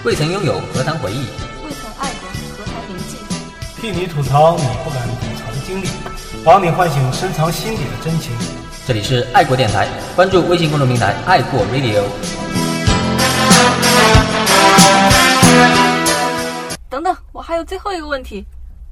未曾拥有何谈回忆， 未曾爱过何谈铭记。 替你吐槽你不敢吐槽的经历，帮你唤醒深藏心底的真情。 这里是爱国电台，关注微信公众平台爱国 Radio。 等等，我还有最后一个问题。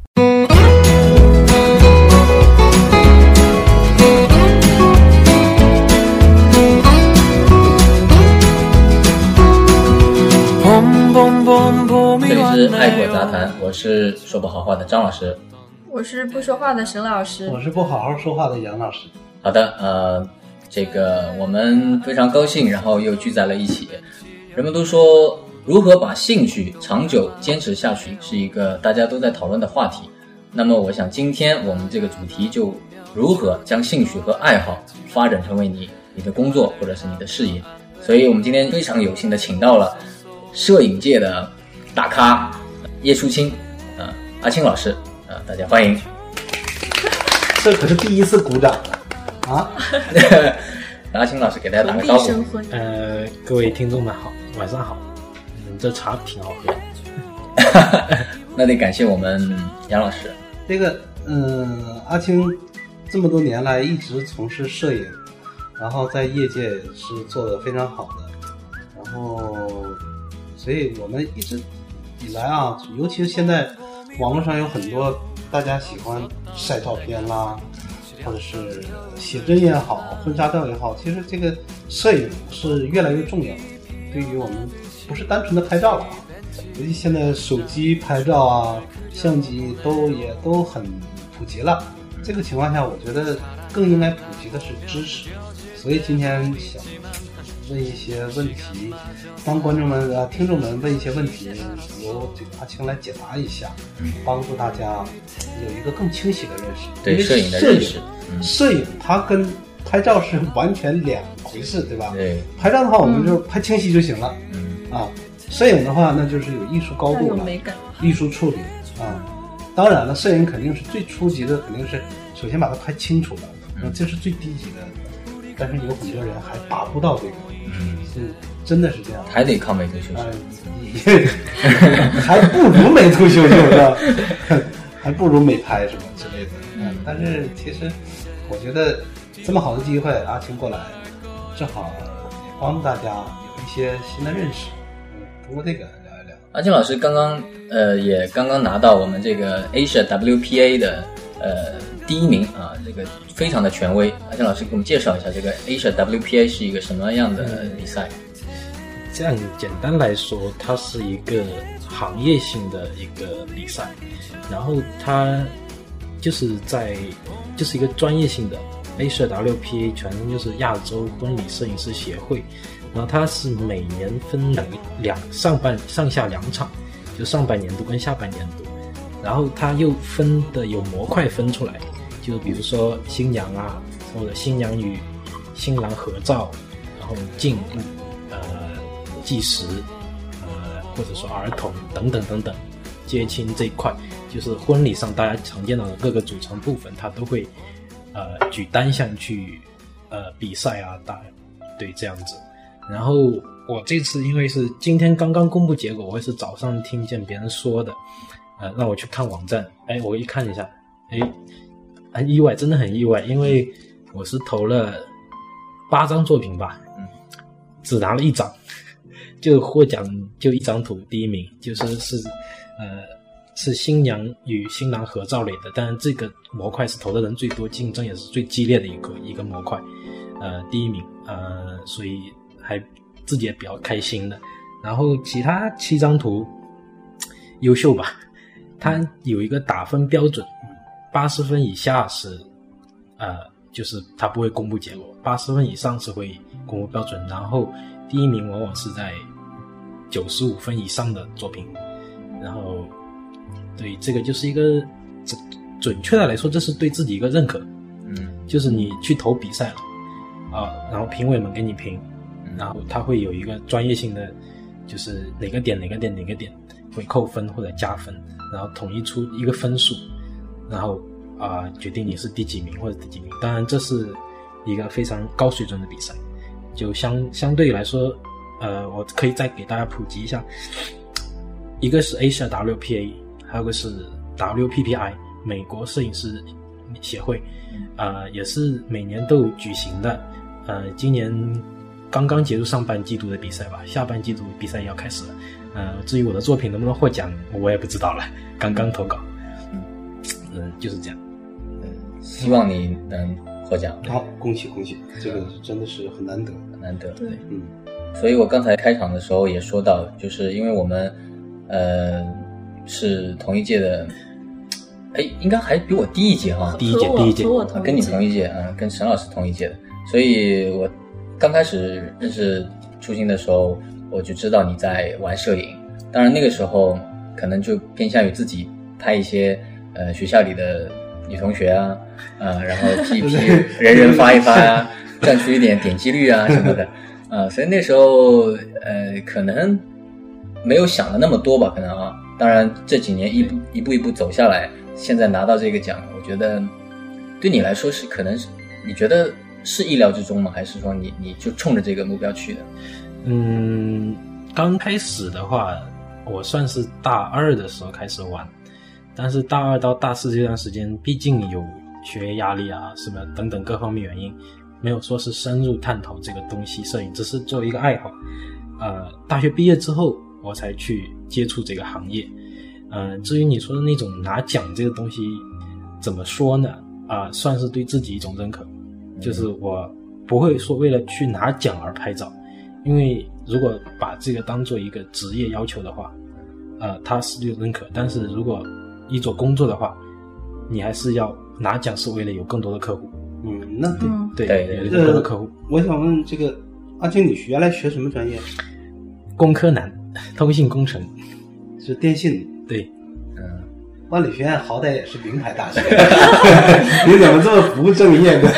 这里是爱国杂谈，我是说不好话的张老师， 我是不说话的沈老师， 我是不好好说话的杨老师。 好的，这个我们非常高兴，然后又聚在了一起。人们都说，如何把兴趣长久坚持下去，是一个大家都在讨论的话题。那么，我想今天我们这个主题就如何将兴趣和爱好发展成为你的工作或者是你的事业。所以我们今天非常有幸的请到了摄影界的大咖叶树清，阿青老师，大家欢迎。 这可是第一次鼓掌啊！ 阿青老师给大家打个招呼。 各位听众们好，晚上好。这茶挺好喝的。 那得感谢我们杨老师。 这个阿青这么多年来一直从事摄影，然后在业界是做得非常好的，然后所以我们一直以来啊，尤其是现在网络上有很多大家喜欢晒照片啦，或者是写真也好，婚纱照也好，其实这个摄影是越来越重要的，对于我们不是单纯的拍照了啊，尤其现在手机拍照啊，相机也都很普及了。这个情况下，我觉得更应该普及的是知识。所以今天想问一些问题，当观众们听众们问一些问题，由这个阿青来解答一下，帮助大家有一个更清晰的认识。 对摄影的认识， 摄影它跟拍照是完全两回事，对吧？ 对， 拍照的话我们就拍清晰就行了，摄影的话那就是有艺术高度了，艺术处理啊。当然了，摄影肯定是最初级的，肯定是首先把它拍清楚了，这是最低级的。但是有很多人还达不到这个，真的是这样， 还得靠美图秀秀，还不如美图秀秀的，还不如美拍什么之类的。但是其实我觉得这么好的机会，阿青过来，正好也帮大家有一些新的认识。通过这个聊一聊。 阿青老师刚刚拿到我们这个 Asia WPA 的第一名啊，这个非常的权威。阿青老师给我们介绍一下这个 Asia WPA 是一个什么样的比赛？ 这样简单来说，它是一个行业性的一个比赛，然后它就是一个专业性的 Asia WPA， 全称就是亚洲婚礼摄影师协会。然后它是每年分上下两场，就上半年度跟下半年度，然后它又分的有模块分出来，就比如说新娘啊，或者新娘与新郎合照，然后敬物、祭时，或者说儿童等等等等，接亲这一块，就是婚礼上大家常见到的各个组成部分，它都会举单项去比赛啊，对这样子。然后我这次因为是今天刚刚公布结果，我也是早上听见别人说的，让我去看网站，我一看一下，很意外，真的很意外，因为我是投了8张作品吧，只拿了1张，就获奖就1张图，第一名是新娘与新郎合照类的，但是这个模块是投的人最多，竞争也是最激烈的一个模块，第一名，所以还自己也比较开心的。然后其他7张图优秀吧，它有一个打分标准，80分以下是就是它不会公布结果，80分以上是会公布标准，然后第一名往往是在95分以上的作品。然后对，这个就是一个准确的来说，这是对自己一个认可，就是你去投比赛了然后评委们给你评，然后他会有一个专业性的，就是哪个点会扣分或者加分，然后统一出一个分数，然后决定你是第几名或者第几名。当然这是一个非常高水准的比赛，就相对来说我可以再给大家普及一下， 一个是 Asia WPA， 还有个是 WPPI 美国摄影师协会，也是每年都举行的。今年刚刚结束上半季度的比赛吧，下半季度比赛也要开始了。至于我的作品能不能获奖，我也不知道了，刚刚投稿。就是这样。 希望你能获奖。 好，恭喜恭喜，这个真的是很难得， 很难得。 对， 所以我刚才开场的时候也说到，就是因为我们是同一届的，应该还比我低一届哈， 第一届， 跟你同一届跟沈老师同一届的，所以我刚开始认识初心的时候，我就知道你在玩摄影。当然那个时候可能就偏向于自己拍一些学校里的女同学啊，然后 P 人人发一发啊，赚取一点点击率啊什么的，所以那时候可能没有想的那么多吧，可能啊。当然这几年一步一步走下来，现在拿到这个奖，我觉得对你来说是可能是你觉得是意料之中吗？还是说你就冲着这个目标去的？ 刚开始的话，我算是大二的时候开始玩，但是大二到大四这段时间，毕竟有学业压力啊什么等等各方面原因，没有说是深入探讨这个东西，摄影只是作为一个爱好。大学毕业之后，我才去接触这个行业。至于你说的那种拿奖这个东西，怎么说呢？算是对自己一种认可，就是我不会说为了去拿奖而拍照，因为如果把这个当做一个职业要求的话，它是有认可，但是如果一做工作的话，你还是要拿奖是为了有更多的客户。对，有更多的客户。 我想问这个阿青，你原来学什么专业？ 工科男，通信工程， 是电信。 对， 万里学院好歹也是名牌大学，你怎么这么不正业呢？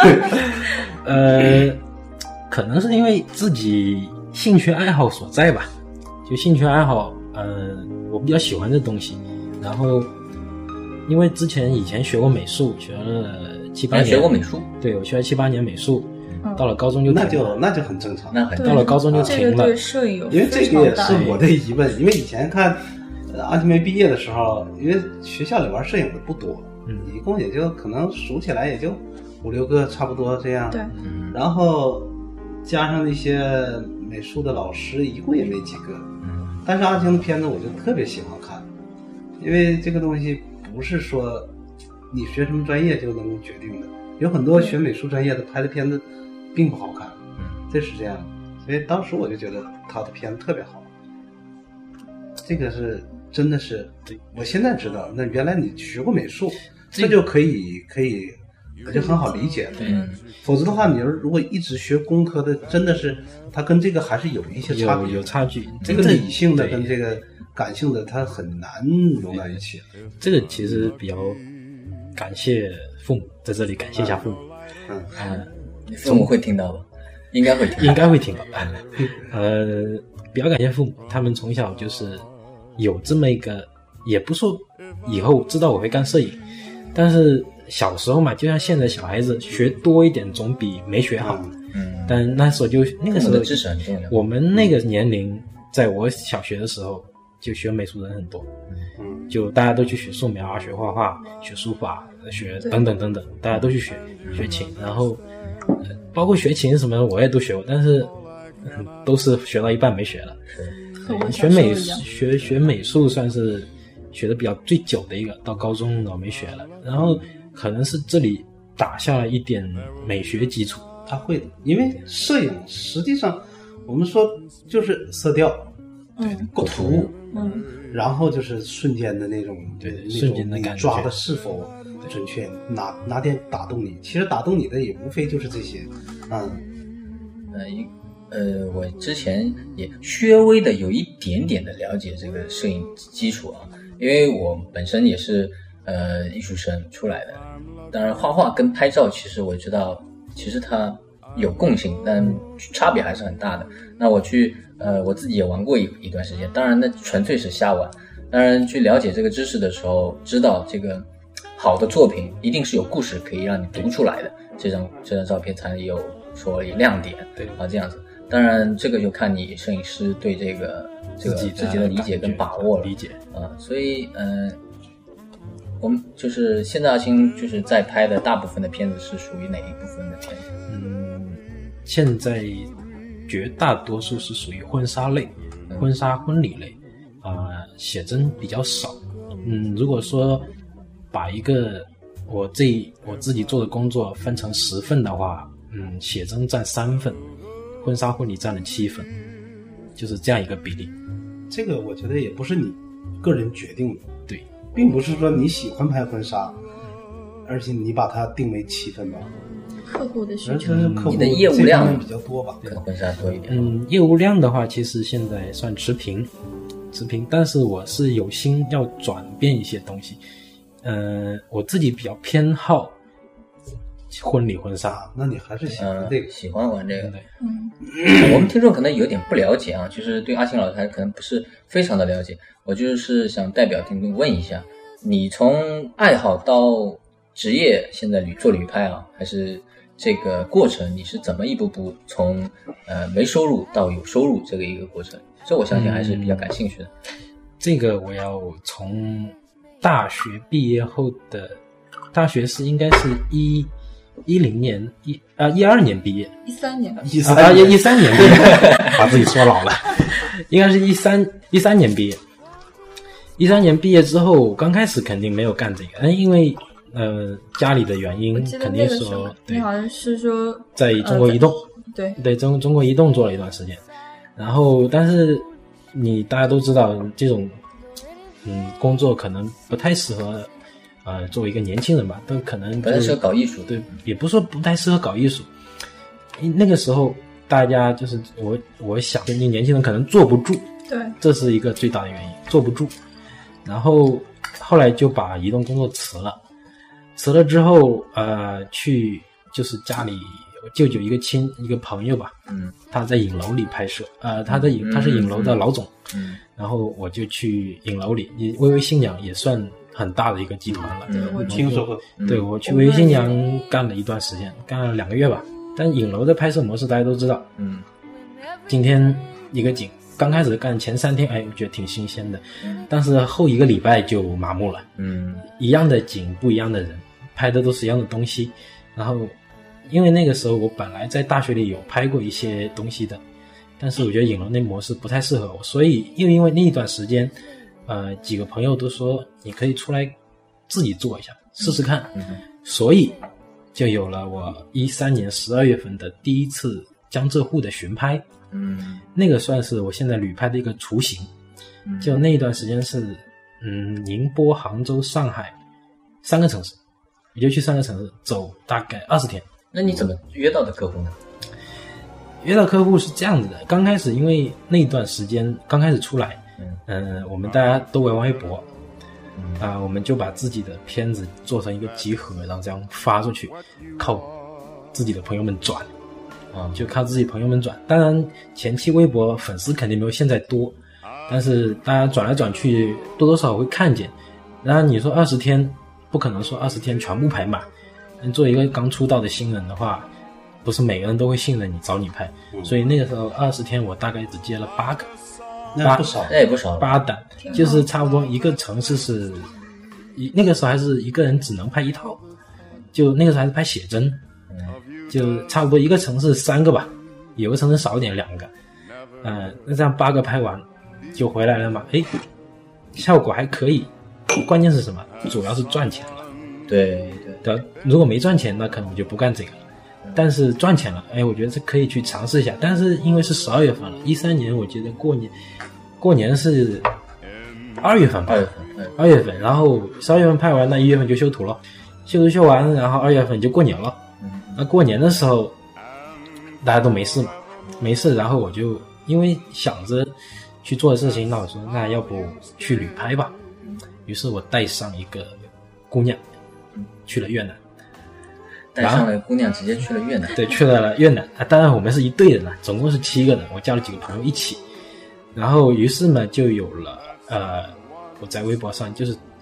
可能是因为自己兴趣爱好所在吧，就兴趣爱好，我比较喜欢这东西。然后，因为以前学过美术，学了7-8年。 学过美术？ 对，我学了7-8年美术。到了高中就停了， 那就很正常。 到了高中就停了。 这个对摄影有因为这个也是我的疑问，因为以前看阿青梅毕业的时候，因为学校里玩摄影的不多，一共也就可能数起来也就5-6个差不多这样。 对， 然后加上那些美术的老师，一共也没几个。但是阿青的片子我就特别喜欢看，因为这个东西不是说你学什么专业就能决定的，有很多学美术专业的拍的片子并不好看，这是这样。所以当时我就觉得他的片子特别好，这个是真的是，我现在知道，那原来你学过美术，这就可以，我就很好理解了。否则的话，你如果一直学工科的，真的是它跟这个还是有一些差别， 有差距。 这个理性的跟这个感性的，它很难融到一起。 这个其实比较感谢父母，在这里感谢一下父母。 父母会听到吧？应该会听到。 比较感谢父母，他们从小就是有这么一个，也不说以后知道我会干摄影，但是小时候嘛，就像现在小孩子学多一点总比没学好。但那时候那个时候知识很重要。 我们那个年龄，在我小学的时候就学美术人很多，就大家都去学素描啊，学画画，学书法，学等等等等，大家都去学琴，然后包括学琴什么我也都学过，但是都是学到一半没学了。学美术算是学的比较最久的一个，到高中我没学了，然后可能是这里打下了一点美学基础。 他会的，因为摄影实际上我们说就是色调，构图，然后就是瞬间的那种， 瞬间的感觉， 抓的是否准确，哪点打动你？其实打动你的也无非就是这些。 我之前也稍微的有一点点的了解这个摄影基础啊，因为我本身也是艺术生出来的。当然画画跟拍照其实我知道其实它有共性，但差别还是很大的。那我自己也玩过一段时间，当然那纯粹是瞎玩。当然去了解这个知识的时候，知道这个好的作品一定是有故事可以让你读出来的，这张照片才有说亮点，这样子。当然这个就看你摄影师对这个这个自己的理解跟把握了， 理解所以我们就是现在阿青就是在拍的大部分的片子是属于哪一部分的片子？ 现在绝大多数是属于婚纱类、婚纱婚礼类写真比较少。如果说把一个我自己做的工作分成10份的话，写真占3份，婚纱婚礼占了7份，就是这样一个比例。 这个我觉得也不是你个人决定的， 对， 并不是说你喜欢拍婚纱，而且你把它定为7分吧。 客户的需求， 你的业务量比较多吧？ 可能婚纱多一点。 业务量的话，其实现在算持平，但是我是有心要转变一些东西。我自己比较偏好婚礼婚纱， 那你还是喜欢这个， 喜欢玩这个。我们听众可能有点不了解啊，就是对阿青老师可能不是非常的了解。我就是想代表听众问一下，你从爱好到职业，现在做旅拍啊，还是这个过程你是怎么一步步从没收入到有收入这个一个过程？这我相信还是比较感兴趣的。 这个我要从大学毕业后的，大学是应该是12年毕业 13年 13年毕业把自己说老了应该是13年毕业。13年毕业之后，刚开始肯定没有干这个，因为家里的原因，肯定说你好像是说在中国移动，对中国移动做了一段时间，然后但是大家都知道这种工作可能不太适合作为一个年轻人吧，都可能不太适合搞艺术， 对，也不是说不太适合搞艺术。那个时候大家就是我想你年轻人可能坐不住， 对， 这是一个最大的原因，坐不住。然后后来就把移动工作辞了之后去就是家里舅舅一个朋友吧，他在影楼里拍摄，他是影楼的老总，然后我就去影楼里，微微新娘也算很大的一个集团了， 我听说过， 对，我去微微新娘干了一段时间，干了2个月吧。但影楼的拍摄模式大家都知道，今天一个景，刚开始干前3天，我觉得挺新鲜的，但是后1个礼拜就麻木了，一样的景，不一样的人，拍的都是一样的东西。然后因为那个时候我本来在大学里有拍过一些东西的，但是我觉得影楼那模式不太适合我，所以因为那一段时间几个朋友都说你可以出来自己做一下试试看，所以就有了我13年12月份的第一次江浙沪的巡拍，那个算是我现在旅拍的一个雏形。就那一段时间是宁波、杭州、上海3个城市，我就去3个城市走大概20天。 那你怎么约到的客户呢？ 约到客户是这样子的，刚开始因为那段时间刚开始出来，我们大家都玩微博，我们就把自己的片子做成一个集合，然后这样发出去，靠自己的朋友们转，就靠自己朋友们转。当然前期微博粉丝肯定没有现在多，但是大家转来转去多多少少会看见。然后你说20天不可能说20天全部排满，作为一个刚出道的新人的话，不是每个人都会信任你找你拍，所以那个时候20天我大概只接了8个， 那不少， 那也不少 ，8单，就是差不多一个城市是，那个时候还是一个人只能拍1套，就那个时候还是拍写真，就差不多一个城市3个吧，有个城市少一点2个，那这样8个拍完就回来了嘛，效果还可以，关键是什么？主要是赚钱了。 对， 如果没赚钱，那可能我就不干这个了。但是赚钱了，我觉得这可以去尝试一下。但是因为是12月份了，13年我觉得过年是2月份吧，2月份，然后12月份拍完，那1月份就修图了，修图修完，然后2月份就过年了。那过年的时候大家都没事嘛，没事，然后我就因为想着去做的事情，那我说那要不去旅拍吧。于是我带上一个姑娘去了越南， 带上了姑娘直接去了越南。 对，去了越南。当然我们是一队人了，总共是7个人，我叫了几个朋友一起。然后于是呢就有了我在微博上就是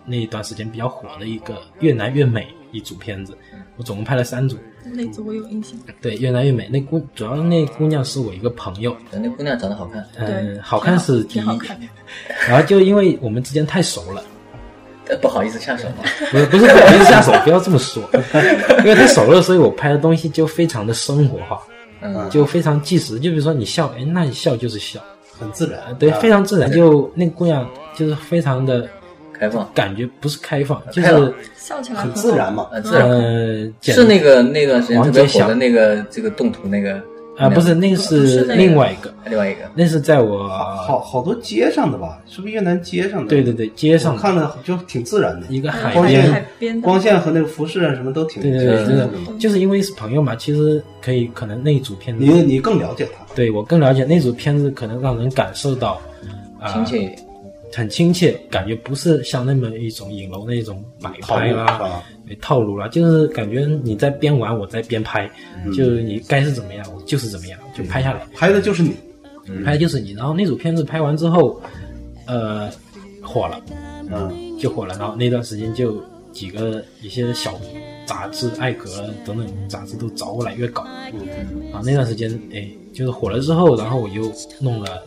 那一段时间比较火的一个越南越美一组片子，我总共拍了3组。 那组我有印象。 对，越南越美，主要那姑娘是我一个朋友， 那姑娘长得好看， 对好看是第一挺好看的。 然后就因为我们之间太熟了， 不好意思下手嘛。 不是不好意思下手，不要这么说，因为太熟了，所以我拍的东西就非常的生活化，就非常即时。就比如说你笑，那你笑就是笑， 很自然， 对，非常自然。就那姑娘就是非常的开放， 感觉不是开放，就是笑起来很自然嘛， 自然。是那段时间特别火的那个这个动图那个不是，那个是另外一个， 那是在我好多街上的吧？是不是越南街上的？ 对对对，街上我看了就挺自然的， 一个海边， 光线和那个服饰啊什么都挺对，真的就是因为是朋友嘛，其实可能那一组片子你更了解他， 对我更了解那组片子，可能让人感受到亲切一点。 很亲切，感觉不是像那么一种影楼那种摆拍啦、套路啦，就是感觉你在边玩，我在边拍，就你该是怎么样，我就是怎么样，就拍下来， 拍的就是你， 拍的就是你。然后那组片子拍完之后，火了，就火了。然后那段时间就一些小杂志，艾格等等杂志都找我来约稿，然后那段时间，就是火了之后，然后我又弄了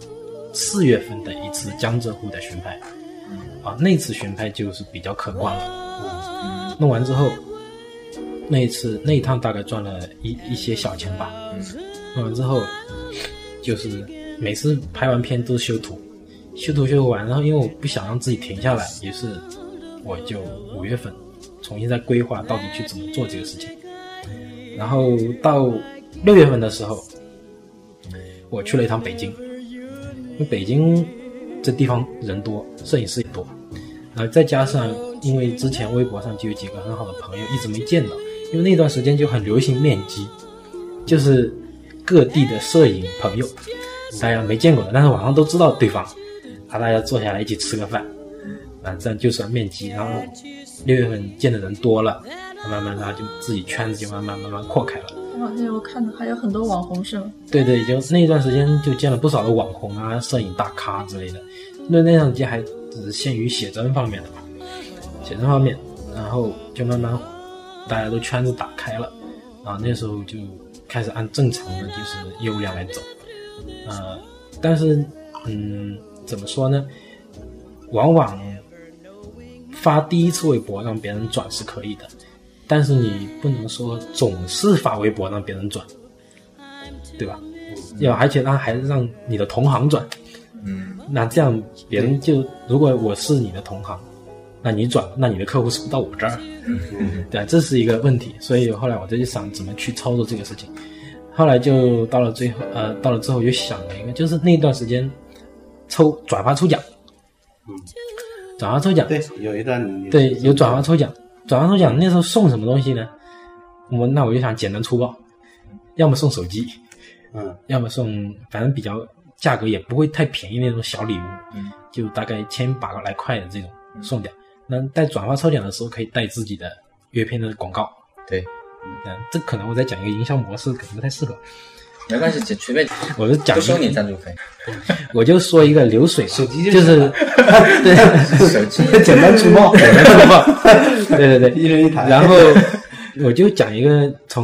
4月份的一次江浙沪的巡拍，那次巡拍就是比较可观了。弄完之后，那一趟大概赚了一些小钱吧。弄完之后，就是每次拍完片都是修图完，然后因为我不想让自己停下来，于是我就5月份重新再规划到底去怎么做这个事情。然后到6月份的时候，我去了一趟北京。因为北京这地方人多，摄影师也多，然后再加上因为之前微博上就有几个很好的朋友一直没见到，因为那段时间就很流行面基，就是各地的摄影朋友大家没见过的，但是网上都知道对方，大家坐下来一起吃个饭，这样就算面基。然后6月份见的人多了，慢慢就自己圈子就慢慢扩开了。 现在我看到还有很多网红是吗？ 对，就那一段时间就见了不少的网红啊、摄影大咖之类的。那段时间还只是限于写真方面的嘛，然后就慢慢大家都圈子打开了，那时候就开始按正常的就是业务量来走。但是怎么说呢？往往发第一次微博让别人转是可以的。但是你不能说总是发微博让别人转，对吧？而且还让你的同行转，那这样别人就，如果我是你的同行，那你转，那你的客户是不是到我这儿？对，这是一个问题。所以后来我就想怎么去操作这个事情。后来就到了之后就想了一个，就是那段时间转发抽奖，转发抽奖， 对，有一段对，有转发抽奖。转发抽奖那时候送什么东西呢？那我就想简单粗暴，要么送手机，要么送反正比较价格也不会太便宜那种小礼物，就大概1800来块的这种送掉。那在转发抽奖的时候可以带自己的约片的广告。 对， 这可能我在讲一个营销模式，可能不太适合。 没关系，随便， 我就讲不收你赞助费， 我就说一个流水手机就是对手机简单粗暴， 对， 一人一台。 然后我就讲一个从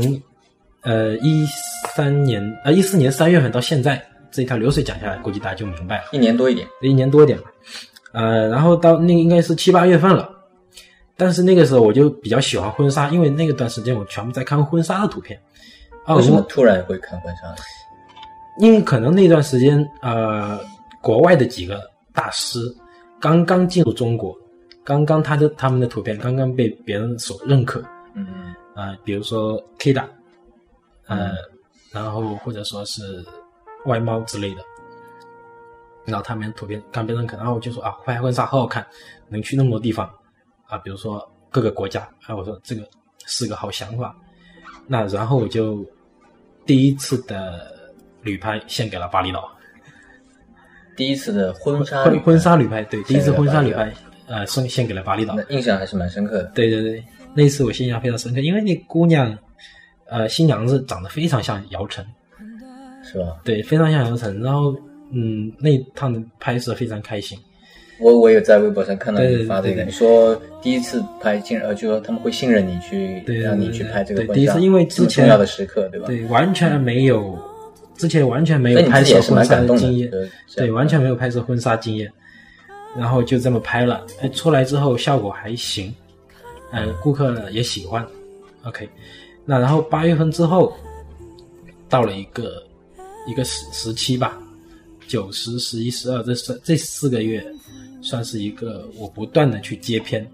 14年3月份到现在这一条流水讲下来，估计大家就明白了。 1年多一点吧。然后到那个应该是7、8月份了。但是那个时候我就比较喜欢婚纱，因为那个段时间我全部在看婚纱的图片。 为什么突然会看婚纱？ 因为可能那段时间国外的几个大师刚刚进入中国，刚刚他们的图片刚刚被别人所认可。比如说 Kida， 然后或者说是外猫之类的，然后他们图片刚被认可，然后我就说拍婚纱好好看，能去那么多地方比如说各个国家，我说这个是个好想法。那然后我就第一次的旅拍献给了巴厘岛， 第一次的婚纱旅拍，对，第一次婚纱旅拍献给了巴厘岛， 印象还是蛮深刻的。 对，那次我印象非常深刻，因为那姑娘新娘子长得非常像姚晨， 是吧？ 对，非常像姚晨。然后那一趟的拍摄非常开心。 我有在微博上看到你发这个， 对你说第一次拍就说他们会信任你对让你去拍这个婚纱， 对，第一次因为之前重要的时刻，对吧？ 对，完全没有，之前完全没有所以你自己也是拍摄婚纱蛮感动的经验，对，完全没有拍摄婚纱经验，然后就这么拍了，出来之后效果还行，顾客也喜欢 ，OK， 那然后8月份之后到了一个时期吧，9、10、11、12这4个月算是一个我不断的去接片，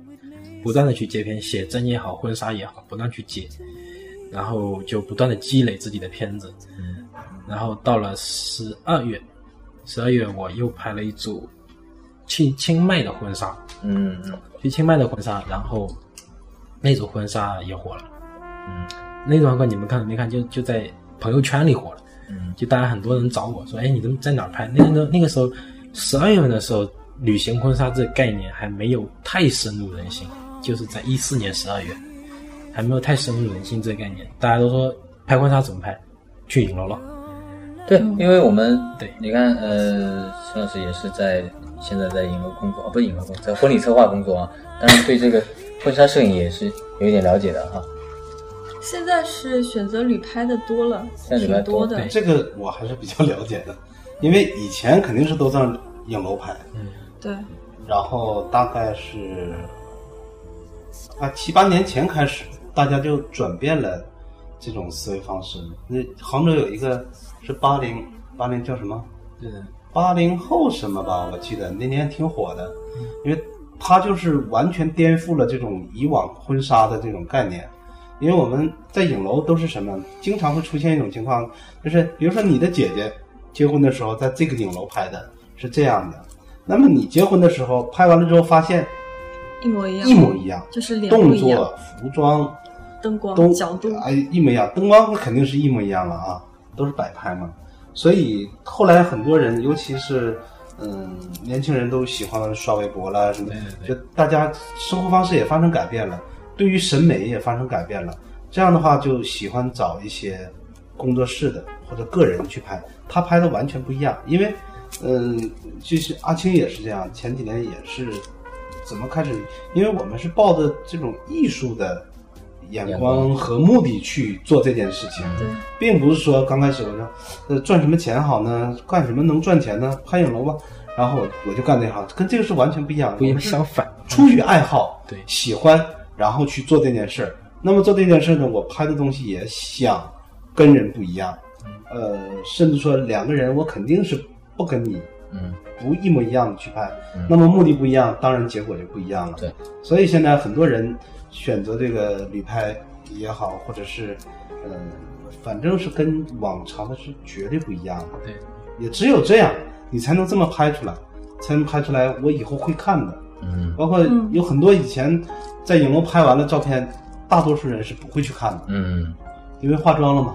写真也好，婚纱也好，不断去接，然后就不断的积累自己的片子，然后到了12月我又拍了一组去清迈的婚纱，然后那组婚纱也火了，那组婚纱你们看没看？就在朋友圈里火了，就大家很多人找我说，你在哪儿拍？那个时候12月份的时候，旅行婚纱这个概念还没有太深入人心，就是在14年12月还没有太深入人心这个概念，大家都说拍婚纱怎么拍？去影楼了。 对，因为我们对， 你看，陈老师也是现在在影楼工作，不是影楼工作，在婚礼策划工作啊。当然对这个婚纱摄影也是有一点了解的哈。 现在是选择旅拍的多了， 现在旅拍挺多的。 对这个我还是比较了解的，因为以前肯定是都在影楼拍， 对， 然后大概是7、8年前开始，大家就转变了这种思维方式。那杭州有一个是80叫什么？80后什么吧，我记得那年挺火的，因为它就是完全颠覆了这种以往婚纱的这种概念。因为我们在影楼都是什么，经常会出现一种情况，就是比如说你的姐姐结婚的时候在这个影楼拍的是这样的，那么你结婚的时候拍完了之后发现一模一样，就是脸不动一样， 作、服装、 灯光、角度， 一模一样，灯光肯定是一模一样了啊，都是摆拍嘛。所以后来很多人，尤其是年轻人都喜欢刷微博啦什么，就大家生活方式也发生改变了，对于审美也发生改变了。这样的话，就喜欢找一些工作室的或者个人去拍，他拍的完全不一样。因为就是阿青也是这样，前几年也是怎么开始，因为我们是抱着这种艺术的眼光和目的去做这件事情，并不是说刚开始我说赚什么钱好呢，干什么能赚钱呢，拍影楼吧，然后我就干这行，跟这个是完全不一样的， 不一样，相反， 出于爱好， 对， 喜欢，然后去做这件事儿。那么做这件事呢，我拍的东西也想跟人不一样，甚至说两个人我肯定是不跟你不一模一样的去拍，那么目的不一样，当然结果就不一样了。 对， 所以现在很多人选择这个旅拍也好，或者是反正是跟往常的是绝对不一样的。 对， 也只有这样，你才能这么拍出来，才能拍出来我以后会看的。包括有很多以前在影楼拍完了照片，大多数人是不会去看的。因为化妆了嘛。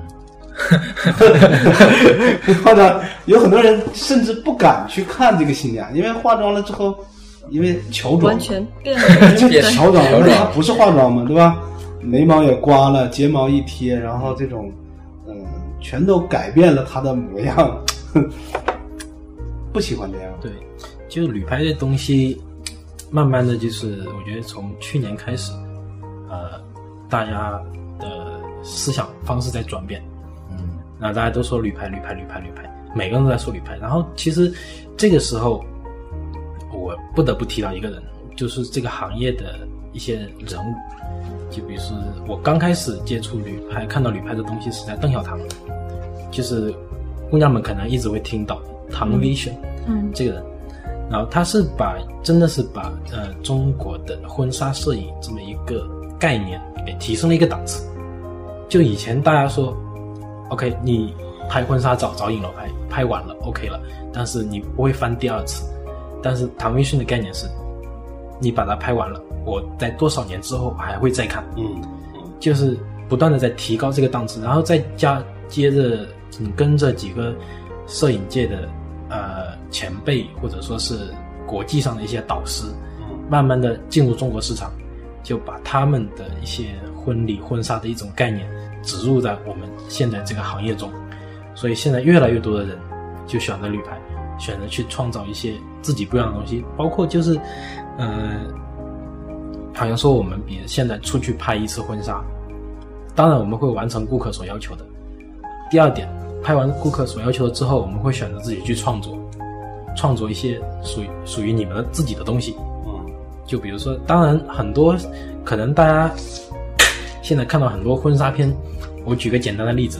化妆，有很多人甚至不敢去看这个新娘，因为化妆了之后，因为乔装完全变了， 因为乔装，它不是化妆嘛，对吧？眉毛也刮了，睫毛一贴，然后这种全都改变了她的模样。不喜欢这样。 对，就旅拍这东西，慢慢的就是我觉得从去年开始，大家的思想方式在转变。那大家都说旅拍，每个人都在说旅拍。然后其实这个时候，我不得不提到一个人，就是这个行业的一些人物。就比如说我刚开始接触旅拍，看到旅拍的东西是在邓小堂，就是姑娘们可能一直会听到唐 Vision 这个人。然后他是真的是把中国的婚纱摄影这么一个概念给提升了一个档次。就以前大家说 OK 你拍婚纱找影楼拍完了 OK 了，但是你不会翻第二次。但是唐微逊的概念是你把它拍完了，我在多少年之后还会再看。就是不断的在提高这个档次，然后再接着你跟着几个摄影界的前辈或者说是国际上的一些导师，慢慢的进入中国市场，就把他们的一些婚礼婚纱的一种概念植入在我们现在这个行业中。所以现在越来越多的人就选择旅拍， 选择去创造一些自己不一样的东西，包括就是好像说我们比现在出去拍一次婚纱，当然我们会完成顾客所要求的。第二点，拍完顾客所要求的之后，我们会选择自己去创作一些属于你们的自己的东西。就比如说，当然很多可能大家现在看到很多婚纱片，我举个简单的例子，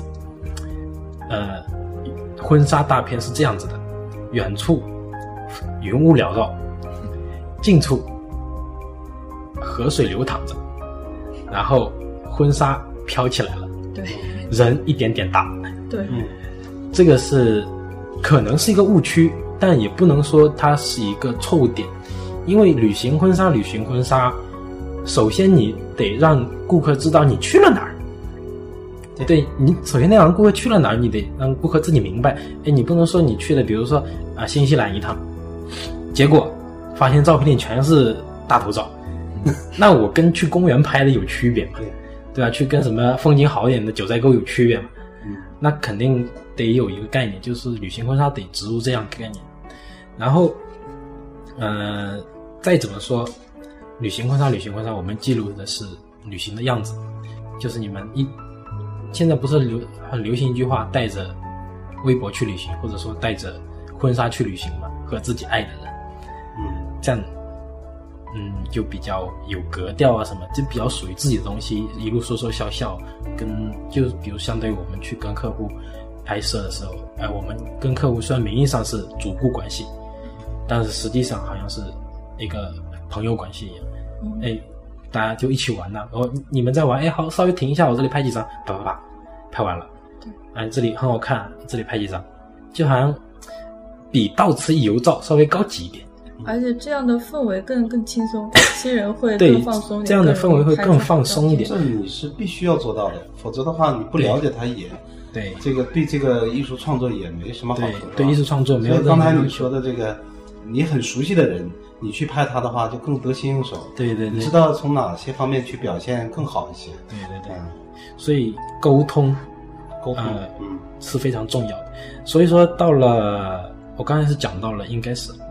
婚纱大片是这样子的，远处云雾缭绕，近处河水流淌着，然后婚纱飘起来了， 对， 人一点点大， 对， 这个是可能是一个误区，但也不能说它是一个错误点，因为旅行婚纱，首先你得让顾客知道你去了哪儿。对，你首先得让顾客去了哪儿，你得让顾客自己明白。你不能说你去了，比如说新西兰一趟，结果发现照片里全是大头照，那我跟去公园拍的有区别嘛？对吧？去跟什么风景好一点的九寨沟有区别嘛？那肯定得有一个概念，就是旅行婚纱得植入这样的概念。然后，再怎么说，旅行婚纱，我们记录的是旅行的样子，就是你们现在不是很流行一句话，带着微博去旅行，或者说带着婚纱去旅行嘛，和自己爱的人，这样，就比较有格调啊什么，就比较属于自己的东西，一路说说笑笑，就比如相对于我们去跟客户拍摄的时候，我们跟客户虽然名义上是主顾关系，但是实际上好像是一个朋友关系一样，大家就一起玩了，然后你们在玩，好，稍微停一下，我这里拍几张，啪，拍完了，这里很好看，这里拍几张，就好像比到此一游照稍微高级一点， 而且这样的氛围更轻松，新人会更放松一点， 这样的氛围会更放松一点。 这你是必须要做到的，否则的话你不了解它也对这个对这个艺术创作也没什么好处。 对艺术创作没有。 所以刚才你说的这个，你很熟悉的人，你去拍他的话就更得心应手。对，你知道从哪些方面去表现更好一些。对， 所以沟通是非常重要的。所以说到了我刚才是讲到了应该是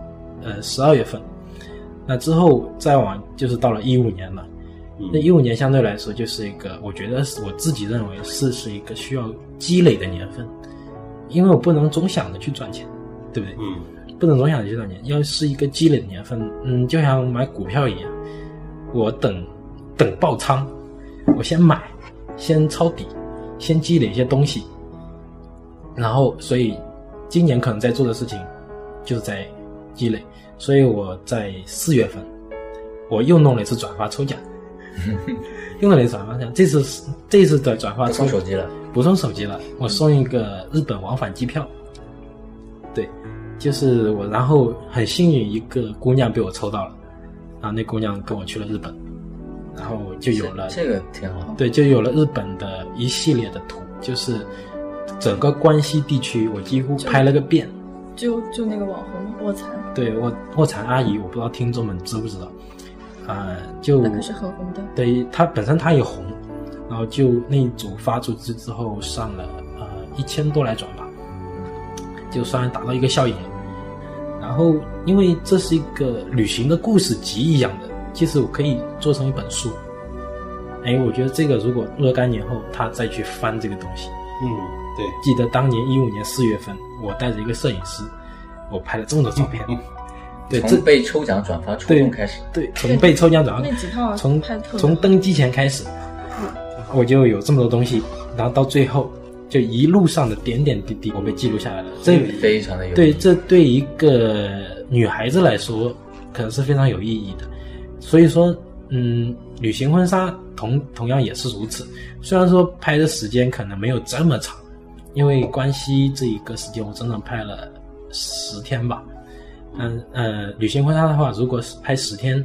12月份，那之后再往就是到了15年了。那15年相对来说就是一个，我觉得我自己认为是一个需要积累的年份，因为我不能总想着去赚钱，对不对？不能总想着去赚钱，要是一个积累的年份。就像买股票一样，我等爆仓，我先买，先抄底，先积累一些东西，然后所以今年可能在做的事情就是在积累，所以我在4月份我又弄了一次转发抽奖。用了一次转发奖，这次的转发不送手机了， 不送手机了，我送一个日本往返机票。对，就是我，然后很幸运一个姑娘被我抽到了，然后那姑娘跟我去了日本，然后就有了这个挺好。 对，就有了日本的一系列的图，就是整个关西地区我几乎拍了个遍。 就那个网红卧蚕。对， 卧蚕阿姨，我不知道听众们知不知道。就那个是很红的， 对，它本身它也红，然后就那一组发出去之后上了1000多来转吧，就算达到一个效应了。然后因为这是一个旅行的故事集一样的，其实我可以做成一本书。我觉得这个如果若干年后他再去翻这个东西， 对， 记得当年15年4月份，我带着一个摄影师，我拍了这么多照片。对， 从被抽奖转发初衷开始， 对，从被抽奖转发那几套从登机前开始，我就有这么多东西，然后到最后就一路上的点点滴滴我被记录下来了，这非常的有意义。 对，这对一个女孩子来说可能是非常有意义的。所以说，旅行婚纱同样也是如此。虽然说拍的时间可能没有这么长，因为关西这一个时间我整整拍了10天吧。旅行婚纱的话，如果是拍10天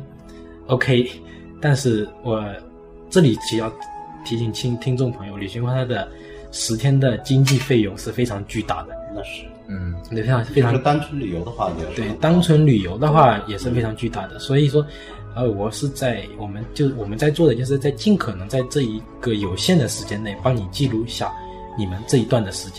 OK， 但是我这里只要提醒听众朋友，旅行婚纱的10天的经济费用是非常巨大的。 那是对，非常就是单纯旅游的话也是， 对，单纯旅游的话也是非常巨大的。所以说我是我们在做的就是在尽可能在这一个有限的时间内帮你记录一下你们这一段的时间，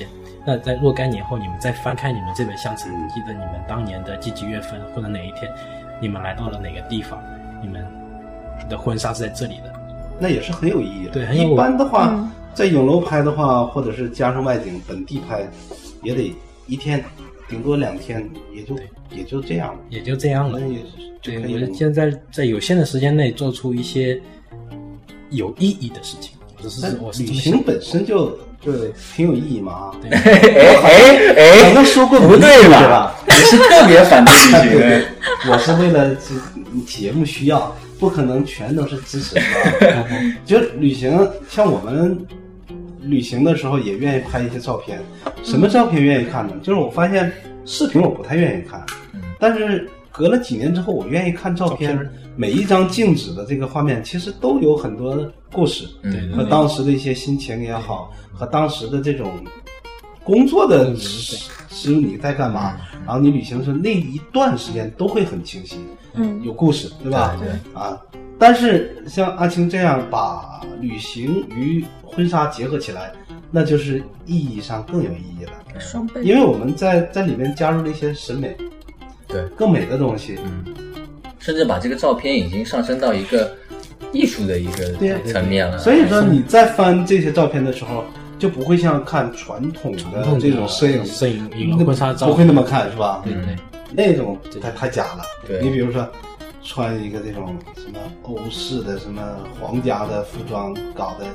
那在若干年后，你们再翻开你们这本相册，记得你们当年的几月份或者哪一天，你们来到了哪个地方，你们的婚纱是在这里的， 那也是很有意义的。 对，很有一般的话，在影楼拍的话，或者是加上外景本地拍，也得1天，顶多2天，也就这样了， 也就这样了。对，我觉得现在在有限的时间内做出一些有意义的事情，我是旅行本身就挺有意义嘛啊。 哎， 咱们说过不对吧？ 你是特别反对旅行对，我是为了节目需要，不可能全都是支持的。就旅行，像我们旅行的时候也愿意拍一些照片。什么照片愿意看呢？就是我发现视频我不太愿意看，但是隔了几年之后，我愿意看照片。每一张静止的这个画面，其实都有很多故事，和当时的一些心情也好，和当时的这种工作的时你在干嘛，然后你旅行的时候那一段时间都会很清晰，有故事，对吧？ 对啊。但是像阿青这样把旅行与婚纱结合起来，那就是意义上更有意义了， 双倍。 因为我们在里面加入了一些审美， 对， 更美的东西， 甚至把这个照片已经上升到一个艺术的一个层面了。 所以说你在翻这些照片的时候，就不会像看传统的这种摄影婚纱照不会那么看，是吧？ 对， 那种太假了。 对， 你比如说穿一个这种什么欧式的什么皇家的服装搞的，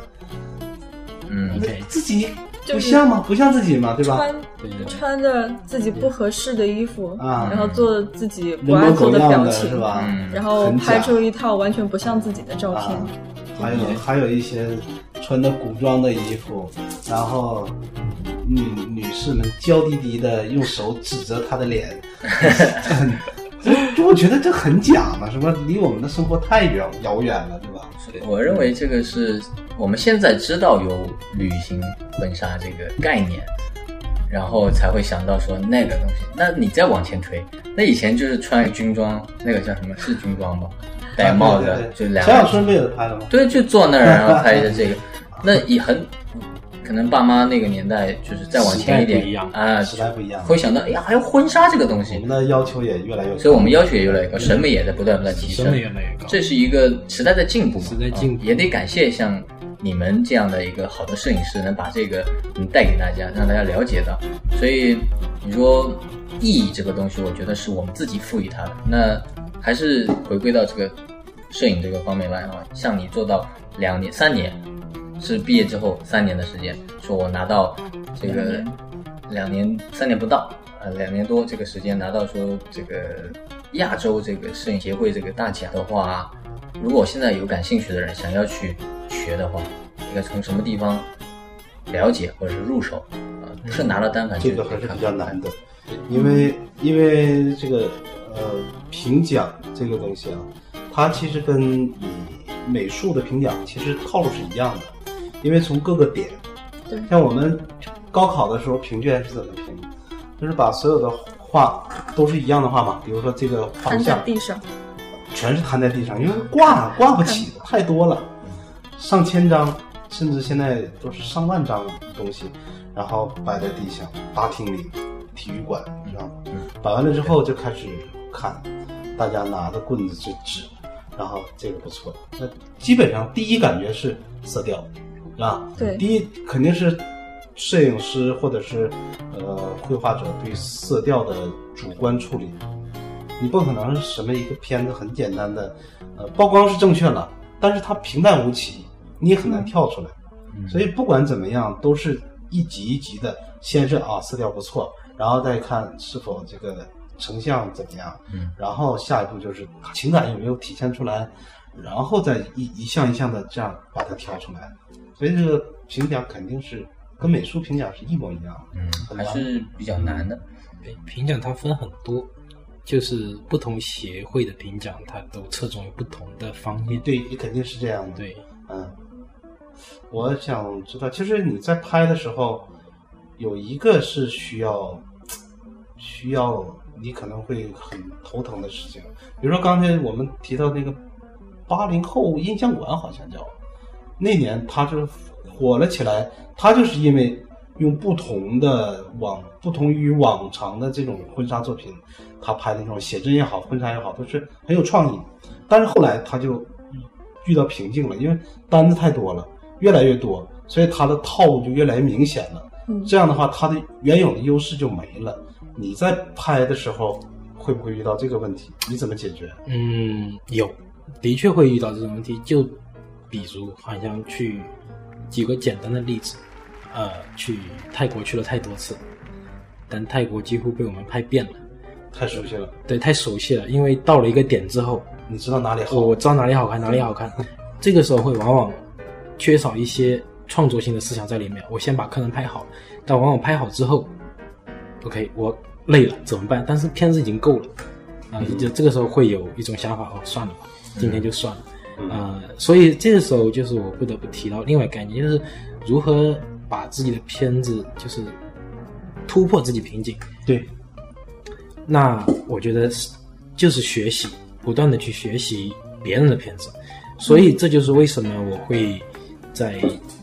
自己不像吗？不像自己嘛，对吧？ 穿着自己不合适的衣服啊， 然后做自己不爱做的表情， 是吧？ 然后拍出一套完全不像自己的照片。 还有一些穿的古装的衣服，然后女士们娇滴滴的用手指着她的脸，我觉得这很假嘛，什么离我们的生活太遥远了，对吧？ 我认为这个是我们现在知道有旅行婚纱这个概念，然后才会想到说那个东西。那你再往前推，那以前就是穿军装，那个叫什么？是军装吗？戴帽子，就两个。 陈小春不也拍了吗？ 对，就坐那儿然后拍的这个，那也很。可能爸妈那个年代就是再往前一点啊， 时代不一样， 会想到哎呀还有婚纱这个东西， 我们的要求也越来越高， 所以我们要求也越来越高，审美也在不断提升， 审美越来越高， 这是一个时代的进步嘛， 时代进步， 也得感谢像你们这样的一个好的摄影师，能把这个带给大家，让大家了解到。所以你说意义这个东西，我觉得是我们自己赋予它的。那还是回归到这个摄影这个方面来啊，像你做到2年、3年。是毕业之后3年的时间，说我拿到这个3年不到2年多这个时间拿到说这个亚洲这个摄影协会这个大奖的话，如果现在有感兴趣的人想要去学的话，应该从什么地方了解或者是入手不是拿了单反这个还是比较难的，因为这个评奖这个东西啊，它其实跟你美术的评奖其实套路是一样的。因为从各个点，像我们高考的时候评卷是怎么评？就是把所有的画都是一样的画嘛，比如说这个画像摊在地上， 全是摊在地上，因为挂不起，太多了，上千张，甚至现在都是上万张东西，然后摆在地上，大厅里，体育馆，知道吗？摆完了之后就开始看，大家拿着棍子去指，然后这个不错，那基本上第一感觉是色调。啊， 对， 第一肯定是摄影师或者是绘画者对色调的主观处理，你不可能是什么一个片子很简单的，曝光是正确了，但是它平淡无奇，你也很难跳出来。所以不管怎么样，都是一级一级的，先是色调不错，然后再看是否这个成像怎么样，然后下一步就是情感有没有体现出来，然后再一项一项的这样把它挑出来。所以这个评奖肯定是跟美术评奖是一模一样的， 还是比较难的。 评奖它分很多，就是不同协会的评奖，它都侧重于不同的方面。 对，你肯定是这样的。 对， 我想知道，其实你在拍的时候，有一个是需要你可能会很头疼的事情，比如说刚才我们提到那个80后印象馆，好像叫。那年他就火了起来，他就是因为用不同于往常的这种婚纱作品，他拍的那种写真也好，婚纱也好，都是很有创意。但是后来他就遇到瓶颈了，因为单子太多了，越来越多，所以他的套路就越来越明显了。这样的话，他的原有的优势就没了。你在拍的时候会不会遇到这个问题？你怎么解决？ 有，的确会遇到这种问题。就比如好像举个简单的例子，去泰国去了太多次，但泰国几乎被我们拍遍了， 太熟悉了。 对，太熟悉了。因为到了一个点之后， 你知道哪里好， 我知道哪里好看，哪里好看。这个时候会往往缺少一些创作性的思想在里面。我先把客人拍好，但往往拍好之后 ，OK， 我累了怎么办？但是片子已经够了就这个时候会有一种想法，算了吧，今天就算了。所以这个时候就是我不得不提到另外概念，就是如何把自己的片子就是突破自己瓶颈。 对， 那我觉得就是学习，不断的去学习别人的片子。所以这就是为什么我会在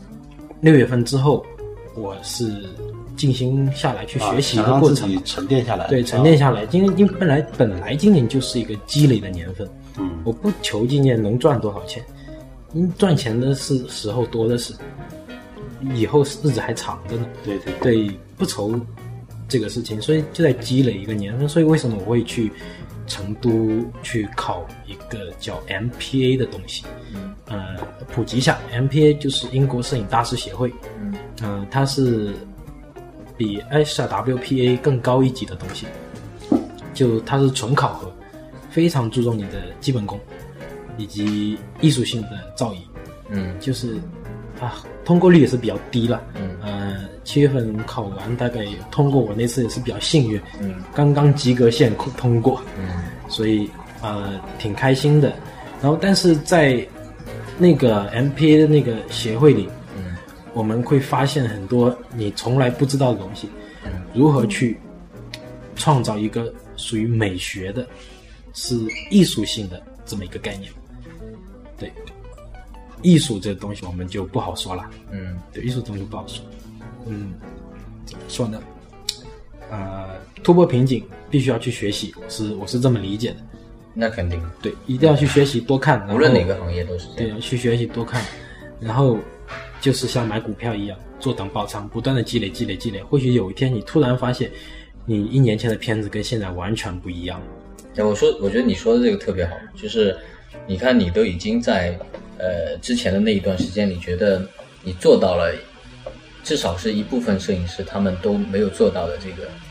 6月份之后，我是静心下来去学习的过程， 想让自己沉淀下来。 对，沉淀下来。因为本来今年就是一个积累的年份，我不求今年能赚多少钱，赚钱的是时候多的是，以后日子还长着呢。对，不愁这个事情，所以就在积累一个年份。所以为什么我会去成都去考一个叫 MPA 的东西？普及一下 ，MPA 就是英国摄影大师协会，它是比 ISRWPA 更高一级的东西，就它是纯考核，非常注重你的基本功以及艺术性的造诣。就是通过率也是比较低了。7月份考完，大概通过，我那次也是比较幸运，刚刚及格线通过。所以挺开心的。然后但是在那个 MPA 的那个协会里，我们会发现很多你从来不知道的东西，如何去创造一个属于美学的是艺术性的这么一个概念。对，艺术这个东西我们就不好说了。对，艺术东西不好说。怎么说呢？突破瓶颈必须要去学习，我是这么理解的。 那肯定， 对，一定要去学习多看， 无论哪个行业都是这样。 对，去学习多看，然后就是像买股票一样，坐等爆仓，不断的积累。或许有一天你突然发现，你1年前的片子跟现在完全不一样。 我觉得你说的这个特别好，就是你看你都已经在之前的那一段时间，你觉得你做到了，至少是一部分摄影师他们都没有做到的这个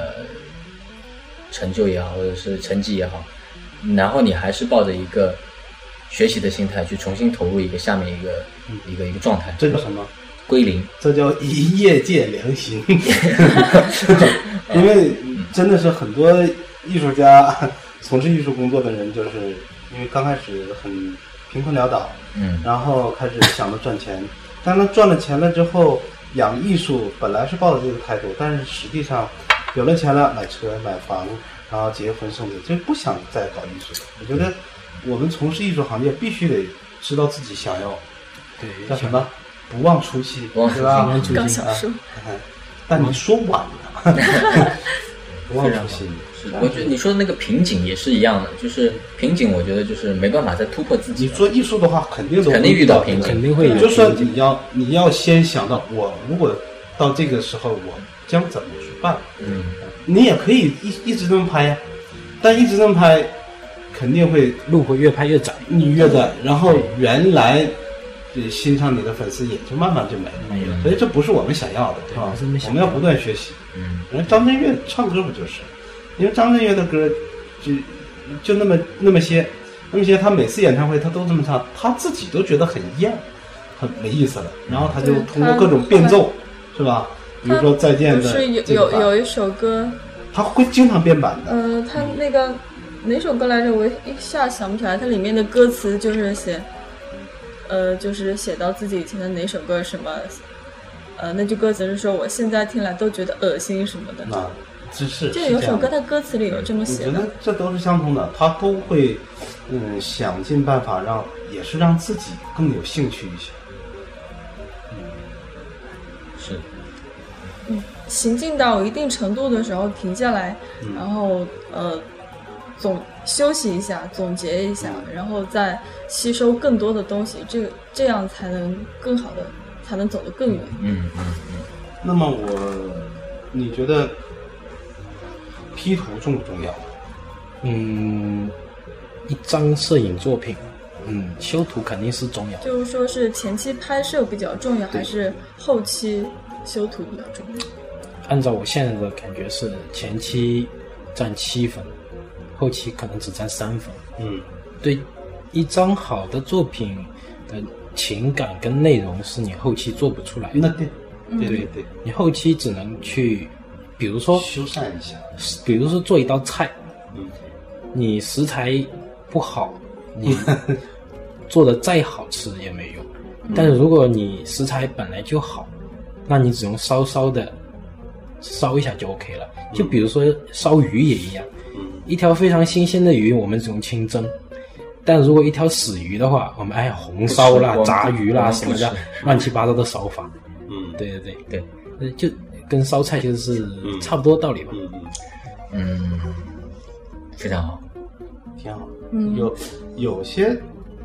成就也好，或者是成绩也好，然后你还是抱着一个学习的心态去重新投入一个下面一个状态。 这叫什么？ 归零。这叫业界良心。因为真的是很多艺术家从事艺术工作的人，就是因为刚开始很贫困潦倒，然后开始想着赚钱，当他赚了钱了之后，养艺术本来是抱着这个态度，但是实际上有了钱了，买车买房，然后结婚生子，就不想再搞艺术。我觉得我们从事艺术行业必须得知道自己想要， 对， 叫什么？不忘初心，对吧？ 刚想说， 但你说晚了。不忘初心。 是，我觉得你说的那个瓶颈也是一样的，就是瓶颈，我觉得就是没办法再突破自己。 你做艺术的话，肯定遇到瓶颈， 肯定会有。 就说你要先想到，我如果到这个时候，我将怎么去办？你也可以一直这么拍呀，但一直这么拍，肯定会路会越拍越窄， 你越窄，然后原来欣赏你的粉丝也就慢慢就没了。所以这不是我们想要的，是吧？我们要不断学习。人张震岳唱歌不就是？因为张震岳的歌就那么些，他每次演唱会他都这么唱，他自己都觉得很厌，很没意思了。然后他就通过各种变奏，是吧？比如说再见的， 是有一首歌， 他会经常变版的。 他那个哪首歌来着？我一下想不起来。它里面的歌词就是写，就是写到自己以前的哪首歌什么，那句歌词是说我现在听来都觉得恶心什么的。 就有首歌，它歌词里有这么写的。 我觉得这都是相通的，他都会想尽办法也是让自己更有兴趣一些。 是。 行进到一定程度的时候停下来，然后休息一下，总结一下，然后再吸收更多的东西，这样才能更好的，才能走得更远。 那么你觉得 P 图重不重要？ 一张摄影作品，修图肯定是重要。 就是说是前期拍摄比较重要，还是后期修图比较重要？ 按照我现在的感觉是前期占7分，后期可能只占3分。对，一张好的作品的情感跟内容是你后期做不出来的。 那对， 你后期只能去，比如说修缮一下， 比如说做一道菜，你食材不好，你做的再好吃也没用。但是如果你食材本来就好，那你只用稍稍的烧一下就 OK 了。就比如说烧鱼也一样，一条非常新鲜的鱼我们只用清蒸，但如果一条死鱼的话，我们红烧啦、炸鱼啦什么的，乱七八糟的烧法。对，就跟烧菜其实是差不多道理吧。 非常好， 挺好。有些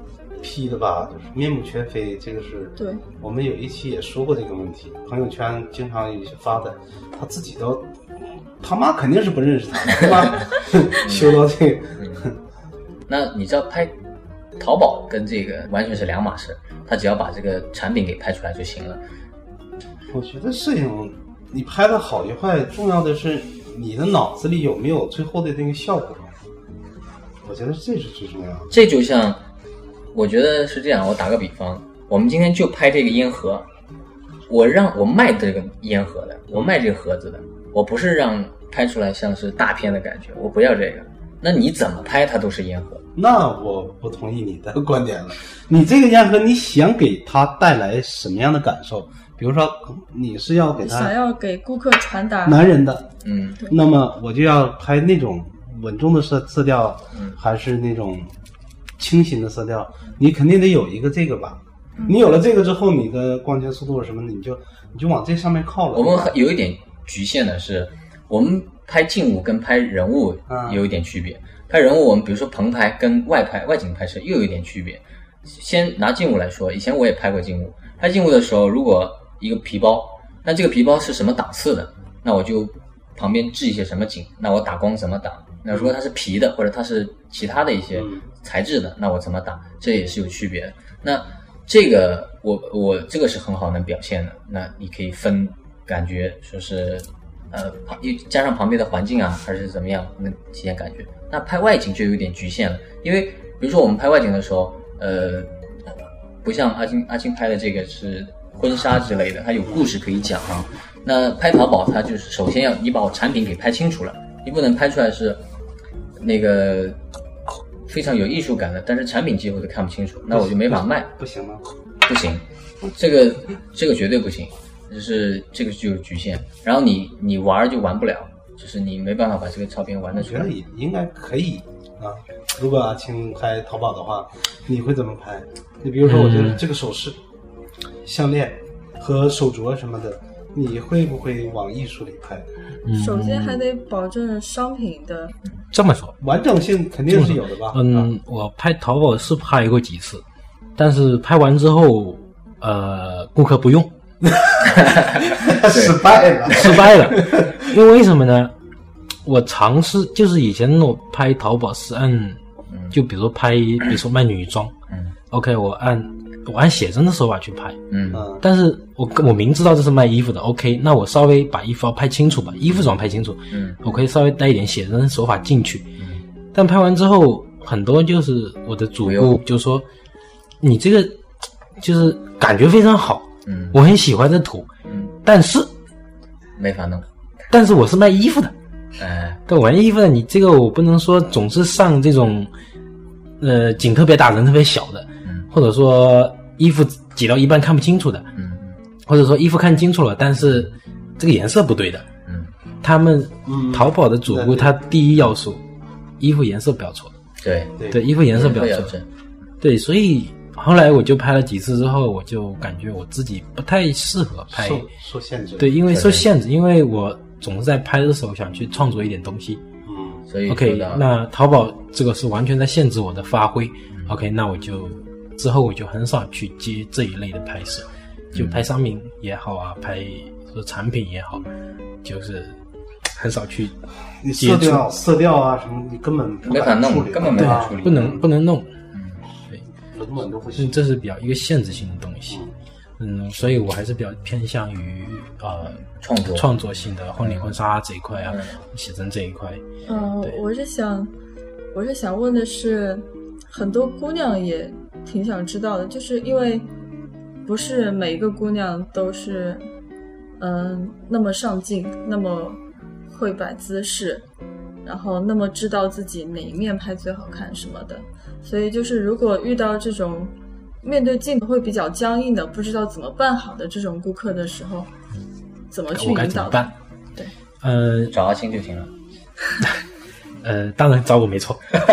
P 的吧，就是面目全非，这个是对。我们有一期也说过这个问题，朋友圈经常有些发的，他自己都他妈肯定是不认识他，他妈修到这个。 那你知道拍淘宝跟这个完全是两码事，他只要把这个产品给拍出来就行了。 我觉得摄影你拍的好与坏，重要的是你的脑子里有没有最后的那个效果。我觉得这是最重要的。 这就像我觉得是这样，我打个比方，我们今天就拍这个烟盒，我卖这个烟盒的，我卖这个盒子的，我不是让拍出来像是大片的感觉，我不要这个。那你怎么拍它都是烟盒。 那我不同意你的观点了。你这个烟盒你想给它带来什么样的感受？比如说你是要给他想要给顾客传达男人的，那么我就要拍那种稳重的色调，还是那种清新的色调？你肯定得有一个这个吧。你有了这个之后，你的光圈速度什么的，你就往这上面靠了。 我们有一点局限的是，我们拍静物跟拍人物有一点区别。拍人物我们比如说棚拍跟外景拍摄又有一点区别。先拿静物来说，以前我也拍过静物。拍静物的时候，如果一个皮包，那这个皮包是什么档次的，那我就旁边置一些什么景，那我打光怎么打。那如果它是皮的，或者它是其他的一些材质的，那我怎么打，这也是有区别的。那这个我这个是很好能表现的。那你可以分感觉说是加上旁边的环境啊，还是怎么样能体现感觉。那拍外景就有点局限了，因为比如说我们拍外景的时候，不像阿青拍的这个是婚纱之类的，它有故事可以讲啊。那拍淘宝它就是首先要你把我产品给拍清楚了，你不能拍出来是那个非常有艺术感的，但是产品几乎都看不清楚，那我就没法卖。 不行吗？ 不行，这个绝对不行，就是这个就有局限。然后你玩就玩不了，就是你没办法把这个照片玩得出来。 我觉得也应该可以啊。如果阿青拍淘宝的话，你会怎么拍？你比如说，我觉得这个首饰、项链和手镯什么的，你会不会往艺术里拍？ 首先还得保证商品的这么说， 完整性肯定是有的吧？ 我拍淘宝是拍过几次，但是拍完之后，顾客不用， 失败了。 因为什么呢？我尝试就是以前我拍淘宝是就比如说卖女装，OK， 我按写真的手法去拍，但是我明知道这是卖衣服的 ，OK， 那我稍微把衣服要拍清楚吧，衣服怎么拍清楚，我可以稍微带一点写真手法进去，但拍完之后，很多就是我的主顾就说，你这个就是感觉非常好，我很喜欢这图，但是没法弄， 但是我是卖衣服的。但玩衣服的，你这个我不能说总是上这种景特别大人特别小的，或者说衣服挤到一半看不清楚的，或者说衣服看清楚了但是这个颜色不对的，他们淘宝的主顾他第一要素衣服颜色不要错， 对， 衣服颜色不要错，对，所以后来我就拍了几次之后，我就感觉我自己不太适合拍， 受限制。 对，因为受限制，因为我总是在拍的时候想去创作一点东西。 所以 OK， 那淘宝这个是完全在限制我的发挥。OK， 那我就之后我就很少去接这一类的拍摄，就拍商品也好啊，拍说产品也好，就是很少去接触。 色调啊什么，你根本没法弄，根本没法处理， 不能弄。 对，根本都不行。 这是比较一个限制性的东西。所以我还是比较偏向于创作性的婚礼婚纱这一块啊，写真这一块。 我是想问的是，很多姑娘也挺想知道的，就是因为不是每一个姑娘都是那么上镜，那么会摆姿势，然后那么知道自己哪一面拍最好看什么的，所以就是如果遇到这种面对镜头会比较僵硬的，不知道怎么办好的这种顾客的时候，怎么去引导？ 我该怎么办？ 对， 找阿青就行了。 当然找我没错。 这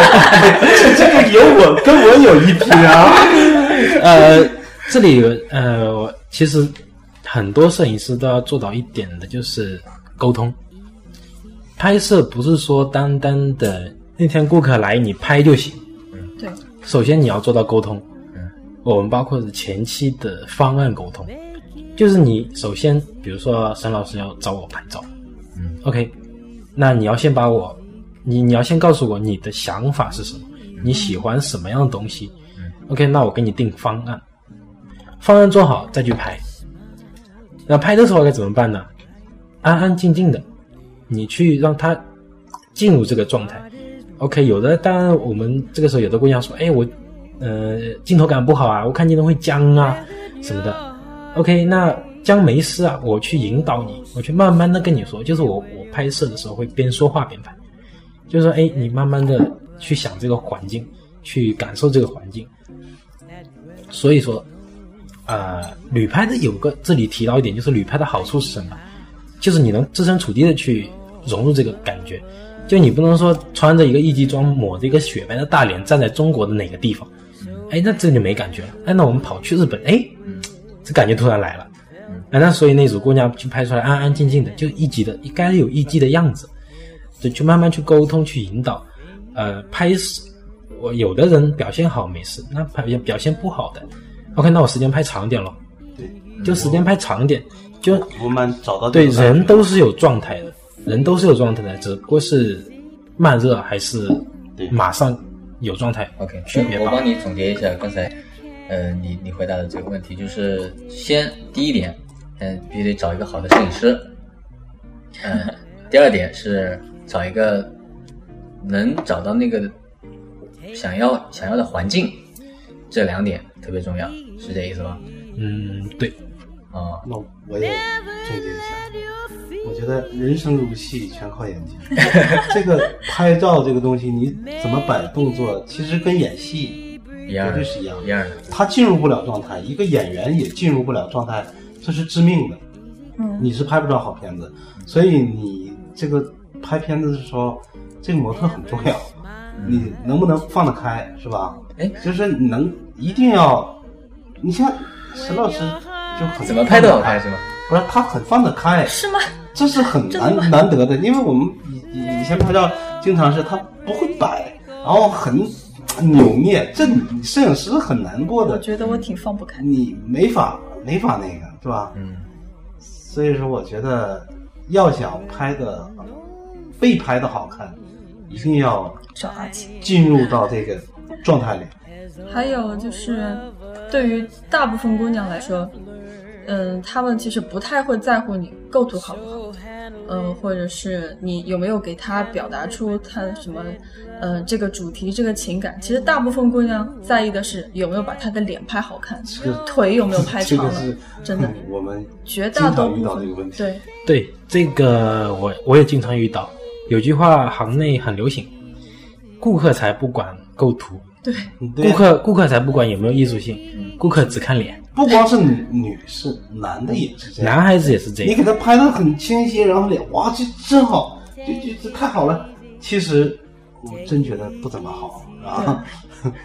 个跟我有一拼啊。 这里我其实很多摄影师都要做到一点的，就是沟通。拍摄不是说单单的那天顾客来你拍就行。 对。 首先你要做到沟通。我们包括是前期的方案沟通，就是你首先比如说沈老师要找我拍照，OK， 那你要先把我你要先告诉我你的想法是什么，你喜欢什么样的东西，OK， 那我给你定方案做好再去拍。那拍的时候该怎么办呢？安安静静的你去让他进入这个状态。 OK， 有的当然我们这个时候有的姑娘说，我镜头感不好啊，我看镜头会僵啊什么的。OK， 那僵没事啊，我去引导你，我去慢慢的跟你说，就是我拍摄的时候会边说话边拍，就是说你慢慢的去想这个环境，去感受这个环境。所以说旅拍的有个这里提到一点，就是旅拍的好处是什么，就是你能设身处地的去融入这个感觉，就你不能说穿着一个艺伎装抹着一个雪白的大脸站在中国的哪个地方，那这就没感觉了。那我们跑去日本，这感觉突然来了。那所以那组姑娘去拍出来安安静静的，就艺伎的应该有艺伎的样子，就去慢慢去沟通去引导。拍我有的人表现好没事，那表现不好的 OK， 那我时间拍长点咯。 对， 就时间拍长点，就慢慢找到对，人都是有状态的，只不过是慢热还是马上有状态。 OK， 区别吧。 我帮你总结一下刚才你回答的这个问题，就是第一点必须得找一个好的摄影师。第二点是找一个能找到那个想要的环境，这两点特别重要，是这意思吧？ 对。 那我也总结一下，我觉得人生如戏，全靠演技。这个拍照这个东西，你怎么摆动作，其实跟演戏绝对是一样的。他进入不了状态，一个演员也进入不了状态，这是致命的。你是拍不着好片子，所以你这个拍片子的时候，这个模特很重要。你能不能放得开，是吧？就是你一定要，你像沈老师就很怎么拍都好看是吗？ 不是，他很放得开， 是吗？ 这是很难得的，因为我们以前拍照经常是他不会摆，然后很扭捏，这摄影师很难过的。 我觉得我挺放不开， 你没法那个，是吧？所以说我觉得要想被拍的好看，一定要找阿青进入到这个状态里。 还有就是对于大部分姑娘来说，她们其实不太会在乎你构图好不好，或者是你有没有给她表达出她什么这个主题这个情感。其实大部分姑娘在意的是有没有把她的脸拍好看，腿有没有拍长了，真的我们绝大多数遇到这个问题。 对，这个我也经常遇到。有句话行内很流行，顾客才不管构图， 对， 顾客才不管有没有艺术性，顾客只看脸。 不光是女士，男的也是这样， 男孩子也是这样。 你给他拍得很清晰，然后脸哇，这真好，这太好了。其实我真觉得不怎么好啊。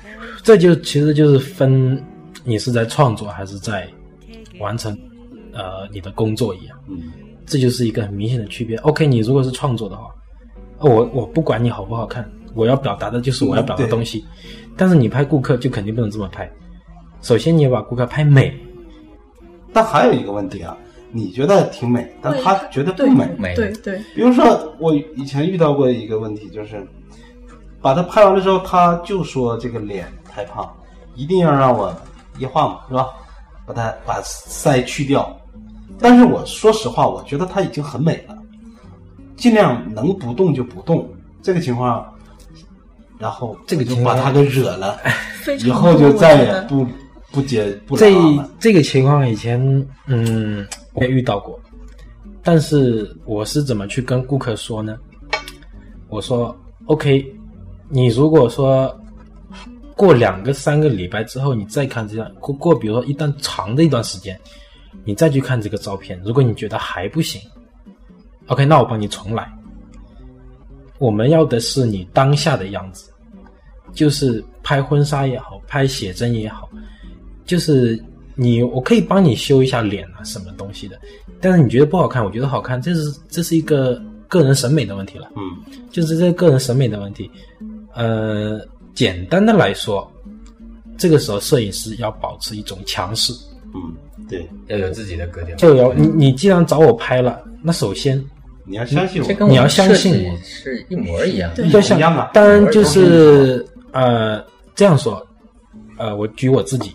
这就其实就是分你是在创作还是在完成你的工作一样。这就是一个很明显的区别。 OK， 你如果是创作的话，我不管你好不好看，我要表达的就是我要表达的东西。但是你拍顾客就肯定不能这么拍，首先你要把顾客拍美。 但还有一个问题啊，你觉得挺美，但他觉得不美。 对， 比如说我以前遇到过一个问题，就是把他拍完了之后，他就说这个脸太胖，一定要让我液化嘛，是吧？把腮去掉。但是我说实话，我觉得他已经很美了，尽量能不动就不动。这个情况，然后这个就把他给惹了， 非常以后就再也不接不来了。 这个情况以前我也遇到过，但是我是怎么去跟顾客说呢？我说 OK， 你如果说过2个3个礼拜之后，你再看这样过比如说一段长的一段时间，你再去看这个照片，如果你觉得还不行 OK， 那我帮你重来。我们要的是你当下的样子，就是拍婚纱也好，拍写真也好，就是我可以帮你修一下脸啊什么东西的，但是你觉得不好看，我觉得好看，这是一个个人审美的问题了。就是这个个人审美的问题。简单的来说，这个时候摄影师要保持一种强势。 对， 要有自己的格调。 就有你既然找我拍了，那首先你要相信我， 这跟我们设计是一模一样的。 就像一样啊。 当然就是这样说，我举我自己，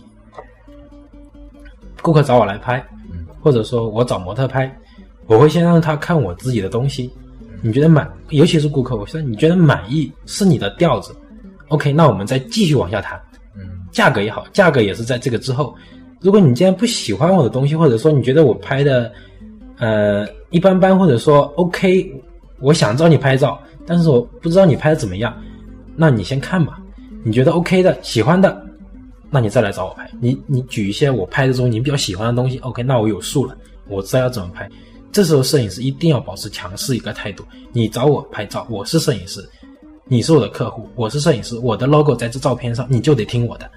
顾客找我来拍，或者说我找模特拍，我会先让他看我自己的东西，你觉得尤其是顾客，我说你觉得满意是你的调子 ，OK， 那我们再继续往下谈。价格也好，价格也是在这个之后。如果你既然不喜欢我的东西，或者说你觉得我拍的一般般，或者说 OK， 我想找你拍照，但是我不知道你拍的怎么样，那你先看吧，你觉得 OK 的喜欢的，那你再来找我拍。你举一些我拍的中你比较喜欢的东西 OK， 那我有数了，我知道要怎么拍。这时候摄影师一定要保持强势一个态度，你找我拍照，我是摄影师，你是我的客户，我是摄影师，我的 logo 在这照片上，你就得听我的。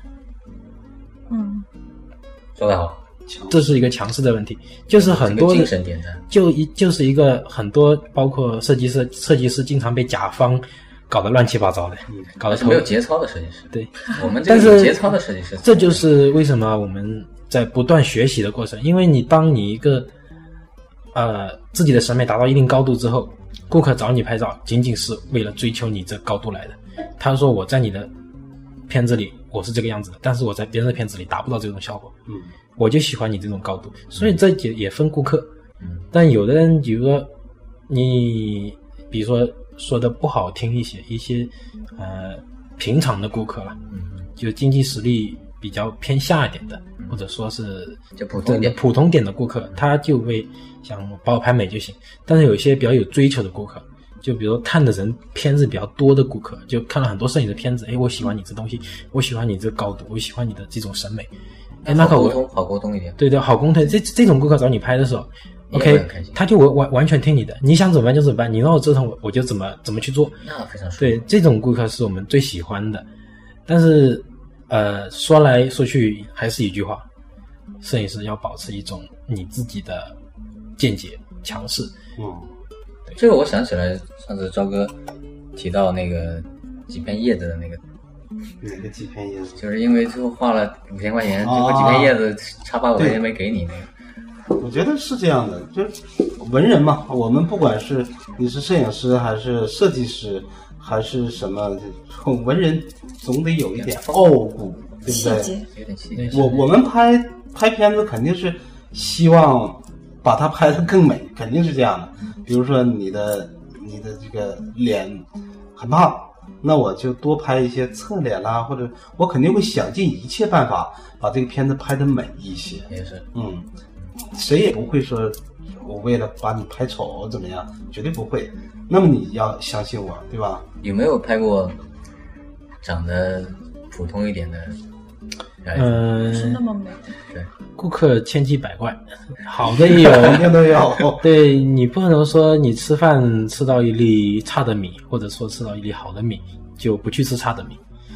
说得好， 这是一个强势的问题，就是很多精神点赞， 就是一个很多包括设计师经常被甲方搞得乱七八糟的，搞得没有节操的设计师。 对， 我们这个有节操的设计师， 这就是为什么我们在不断学习的过程。因为当你一个自己的审美达到一定高度之后，顾客找你拍照仅仅是为了追求你这高度来的。他说我在你的片子里我是这个样子的，但是我在别人的片子里达不到这种效果，我就喜欢你这种高度。所以这也分顾客。但有的人比如说你比如说说的不好听一些平常的顾客了，就经济实力比较偏下一点的，或者说是就普通点的顾客，他就会想把我拍美就行。但是有一些比较有追求的顾客，就比如看的人片子比较多的顾客，就看了很多摄影的片子，我喜欢你这东西，我喜欢你这高度，我喜欢你的这种审美，那好沟通一点。 对，好沟通。这种顾客找你拍的时候 OK， 他就完全听你的，你想怎么办就怎么办，你让我折腾我就怎么去做。 那非常舒服。 对，这种顾客是我们最喜欢的。但是说来说去还是一句话，摄影师要保持一种你自己的见解，强势。 这个我想起来上次赵哥提到那个几片叶子的那个， 哪个几片叶子？ 就是因为最后花了5000块钱，最后几片叶子差800块钱没给你那个。 我觉得是这样的，就是文人嘛，我们不管是你是摄影师还是设计师还是什么，文人总得有一点傲骨，对不对？ 有点细节。 我们拍片子肯定是希望把它拍得更美，肯定是这样的。比如说你的这个脸很胖，那我就多拍一些侧脸啦，或者我肯定会想尽一切办法把这个片子拍得美一些。 也是， 谁也不会说我为了把你拍丑怎么样，绝对不会。那么你要相信我，对吧？ 有没有拍过长得普通一点的？ 不是那么美。 对， 顾客千奇百怪，好的也有， 肯定都有。 对，你不能说你吃饭吃到一粒差的米，或者说吃到一粒好的米，就不去吃差的米。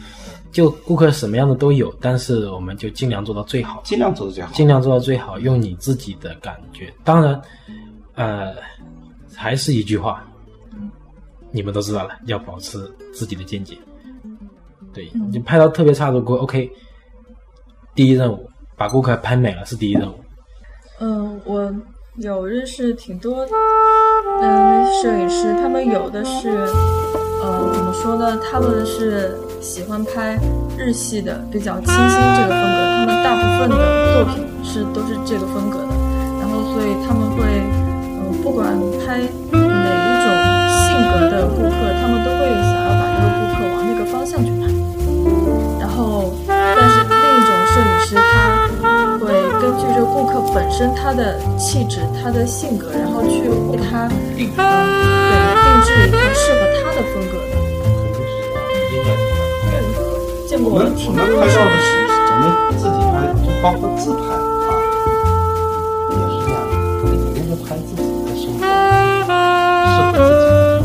就顾客什么样的都有，但是我们就尽量做到最好， 尽量做到最好， 尽量做到最好，用你自己的感觉。当然，还是一句话，你们都知道了，要保持自己的见解。对，你拍到特别差的顾客 ，OK， 第一任务把顾客拍美了是第一任务。 我有认识挺多摄影师，他们有的是怎么说呢？他们是喜欢拍日系的，比较清新这个风格，他们大部分的作品都是这个风格的。然后所以他们会不管拍哪一种性格的顾客，他们都会想要把这个顾客往那个方向去拍。然后但是另一种摄影师他会根据这个顾客本身他的气质他的性格，然后去为他定制一套适合他的风格的。见过挺多摄影师， 我们自己拍就包括自拍也是这样的，你那个拍自己的生活适合自己。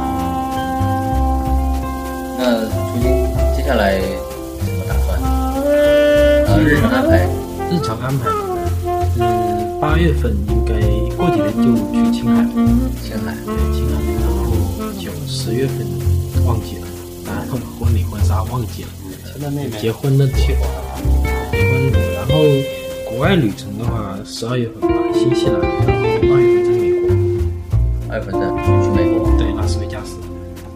那初心接下来怎么打算？日常安排 8月份应该过几天就去青海，对，青海，然后就10月份忘记了，婚礼婚纱忘记了， 现在那边结婚的计划，然后国外旅程的话12月份吧，新西兰，然后2月份在美国 ，2月份去美国， 对，拉斯维加斯，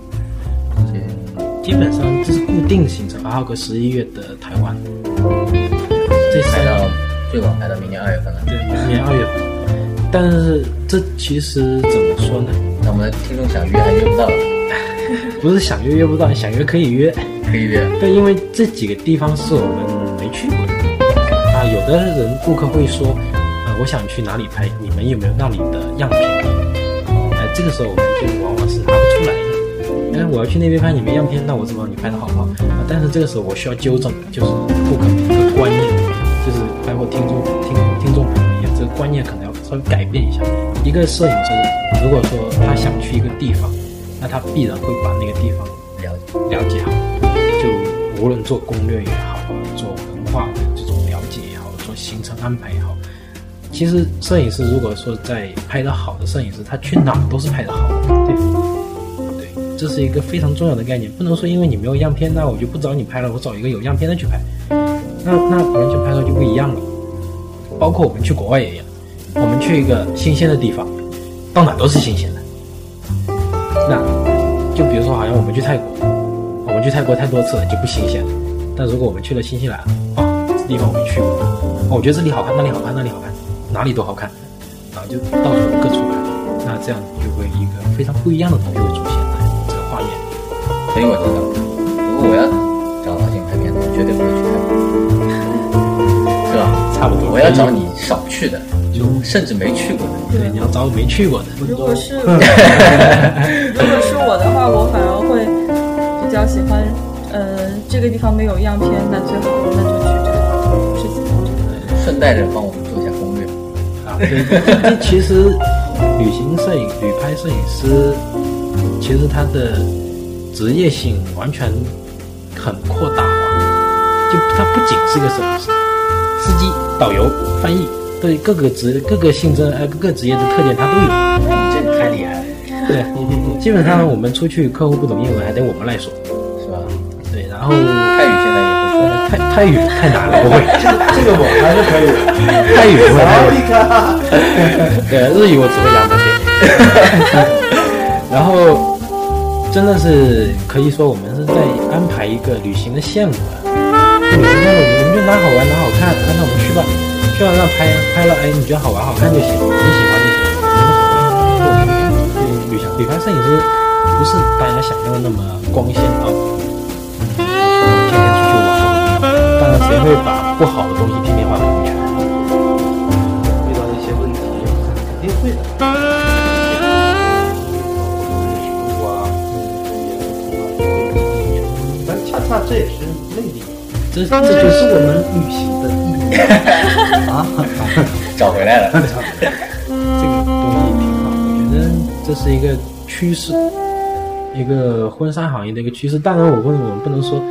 基本上这是固定行程，还有个11月的台湾，这排到最晚排到明年2月份了。 对，明年2月份。但是这其实怎么说呢？ 那我们的听众想约还约不到了。 不是想约不到，想约可以约。对，因为这几个地方是我们没去过的。有的人顾客会说，我想去哪里拍，你们有没有那里的样片？这个时候我们就往往是拿不出来的。我要去那边拍，你没样片，那我怎么知道你拍的好不好？但是这个时候我需要纠正，就是顾客一个观念，就是包括听众朋友也这个观念可能要稍微改变一下。一个摄影师如果说他想去一个地方，那他必然会把那个地方了解好，就无论做攻略也好，做文化的这种了解也好，做行程安排也好。其实摄影师如果说在拍得好的摄影师，他去哪都是拍得好的，对，这是一个非常重要的概念。不能说因为你没有样片，那我就不找你拍了，我找一个有样片的去拍，那完全拍出来就不一样了。包括我们去国外也一样，我们去一个新鲜的地方，到哪都是新鲜的。那就比如说好像我们去泰国太多次了就不新鲜了，但如果我们去了新西兰这地方我没去过，我觉得这里好看，那里好看，哪里都好看，然后就到处各处看，那这样就会一个非常不一样的东西会出现在这个画面。 所以我知道，如果我要找老金拍片子，我绝对不会去泰国，是吧？ 差不多。 我要找你少去的，就甚至没去过的。 对，你要找没去过的。 如果是我的话，我反而会比较喜欢，这个地方没有样片，那最好那就去这个地方，是喜欢这个。 顺带着帮我们做一下攻略对，其实旅拍摄影师，其实他的职业性完全很扩大化，就他不仅是个摄影师，司机、导游、翻译，对各个性质各个职业的特点他都有。 你这个太厉害了。 对，基本上我们出去客户不懂英文还得我们来说， 是吧？ 对，然后泰语现在也会说， 泰语太难了，不会。 这个我还是可以的。 泰语不会。对，日语我只会2%。然后真的是可以说我们是在安排一个旅行的线路了。旅行线路我们就哪好玩哪好看，那我们去吧，去完了拍了，你觉得好玩好看就行，你喜欢就行，无所谓。旅拍摄影师不是大家想象的那么光鲜天天出去玩，当然谁会把不好的东西天天发朋友圈？ 遇到一些问题肯定会的。但恰恰这也是魅力， 这就是我们旅行的意义找回来了。 这个东西挺好，我觉得这是一个趋势，一个婚纱行业的一个趋势。当然我们不能说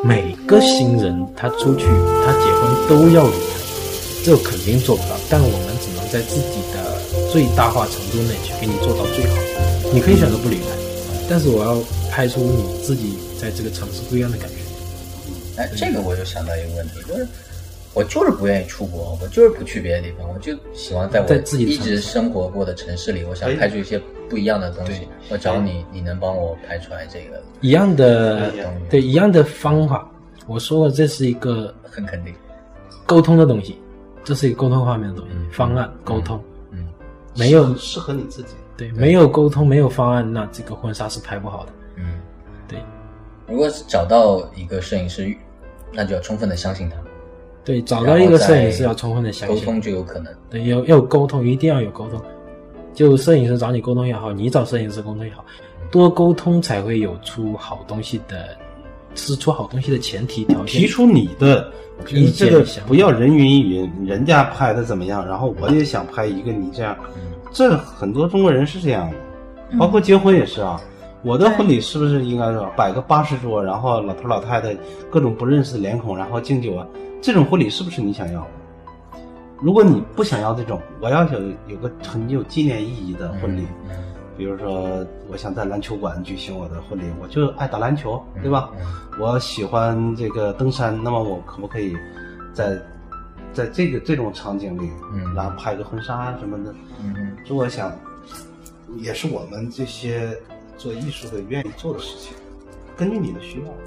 每个新人他出去他结婚都要旅拍，这肯定做不到，但我们只能在自己的最大化程度内去给你做到最好。你可以选择不旅拍，但是我要拍出你自己在这个城市不一样的感觉。 哎，这个我就想到一个问题，就是我就是不愿意出国，我就是不去别的地方，我就喜欢在我自己一直生活过的城市里，我想拍出一些不一样的东西。我找你，你能帮我拍出来这个一样的，对，一样的方法。我说了，这是一个很肯定沟通的东西，这是一个沟通方面的东西，方案沟通，没有适合你自己。 对，没有沟通，没有方案，那这个婚纱是拍不好的。对。 如果是找到一个摄影师，那就要充分的相信他。 对，找到一个摄影师要充分的相信， 沟通就有可能。 对，要有沟通，一定要有沟通。就摄影师找你沟通也好，你找摄影师沟通也好，多沟通才会有出好东西的，是出好东西的前提条件。 提出你的意见， 这个不要人云亦云，人家拍的怎么样，然后我也想拍一个你这样。这很多中国人是这样的，包括结婚也是啊。我的婚礼是不是应该说摆个80桌，然后老头老太太各种不认识的脸孔，然后敬酒啊？这种婚礼是不是你想要的？如果你不想要这种，我要有个很有纪念意义的婚礼，比如说我想在篮球馆举行我的婚礼，我就爱打篮球，对吧？我喜欢这个登山，那么我可不可以在这种场景里，然后拍个婚纱什么的？这我想也是我们这些做艺术的愿意做的事情，根据你的需要。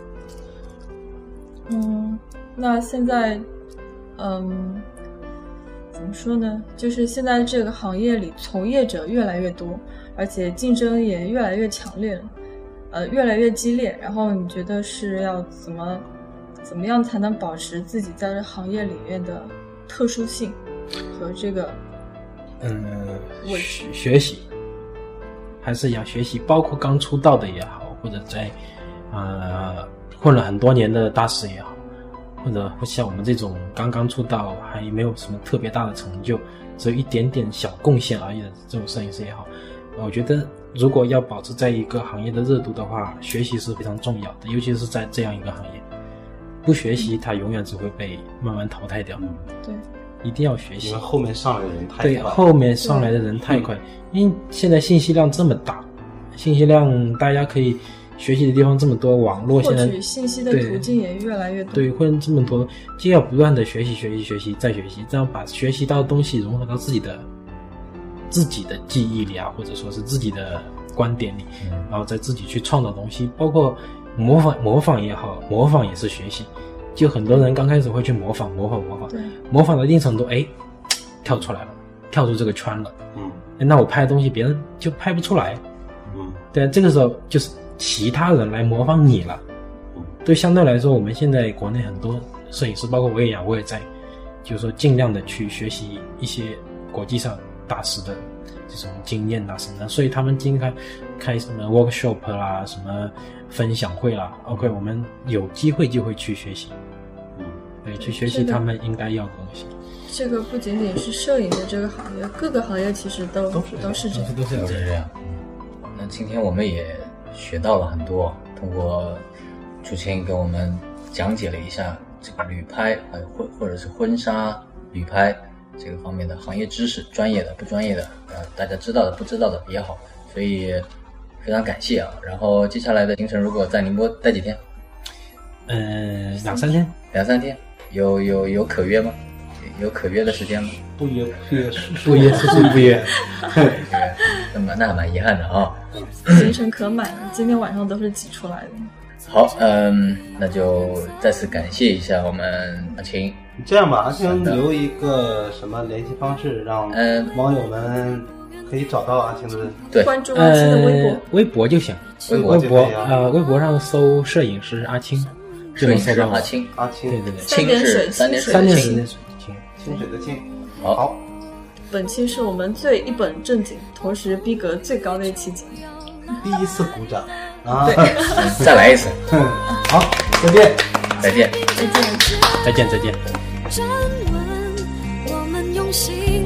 那现在，怎么说呢？就是现在这个行业里从业者越来越多，而且竞争也越来越强烈了，越来越激烈。然后你觉得是要怎么样才能保持自己在这行业里面的特殊性和这个学习，还是要学习，包括刚出道的也好，或者在混了很多年的大师也好，或者像我们这种刚刚出道还没有什么特别大的成就，只有一点点小贡献而已的这种摄影师也好，我觉得如果要保持在一个行业的热度的话，学习是非常重要的，尤其是在这样一个行业，不学习它永远只会被慢慢淘汰掉。 对， 一定要学习， 因为后面上来的人太快。 对，后面上来的人太快，因为现在信息量这么大，信息量大家可以学习的地方这么多，网络现在获取信息的途径也越来越多。 对，会这么多，就要不断的学习，再学习，这样把学习到的东西融合到自己的记忆里啊，或者说是自己的观点里，然后再自己去创造东西，包括模仿也好，模仿也是学习。就很多人刚开始会去模仿，模仿到一定程度，跳出来了，跳出这个圈了，那我拍的东西别人就拍不出来，对，这个时候就是其他人来模仿你了。对，相对来说，我们现在国内很多摄影师，包括我也在，就是说尽量的去学习一些国际上大师的这种经验啊什么的，所以他们经常开什么 workshop 啦，什么分享会啦 ，OK， 我们有机会就会去学习，对，去学习他们应该要的东西。 这个不仅仅是摄影的这个行业，各个行业其实都是这样， 都是这样。那今天我们也学到了很多，通过朱青给我们讲解了一下这个旅拍或者是婚纱旅拍这个方面的行业知识，专业的不专业的，大家知道的不知道的也好，所以非常感谢啊。然后接下来的行程如果在宁波待几天？2-3天，有可约吗？有可约的时间吗？ 不约， 那还蛮遗憾的啊。 行程可满了，今天晚上都是挤出来的。 好，那就再次感谢一下我们阿青。 这样吧，阿青留一个什么联系方式，让网友们可以找到阿青的。 对， 关注阿青的微博就行。微博上搜摄影师阿青，就能搜到阿青。 对， 青是3点水的青， 清水的清。 好， 本期是我们最一本正经，同时逼格最高的一期节目。 第一次鼓掌啊！ 对， 再来一次。 好，再见。 再见。 站稳，我们用心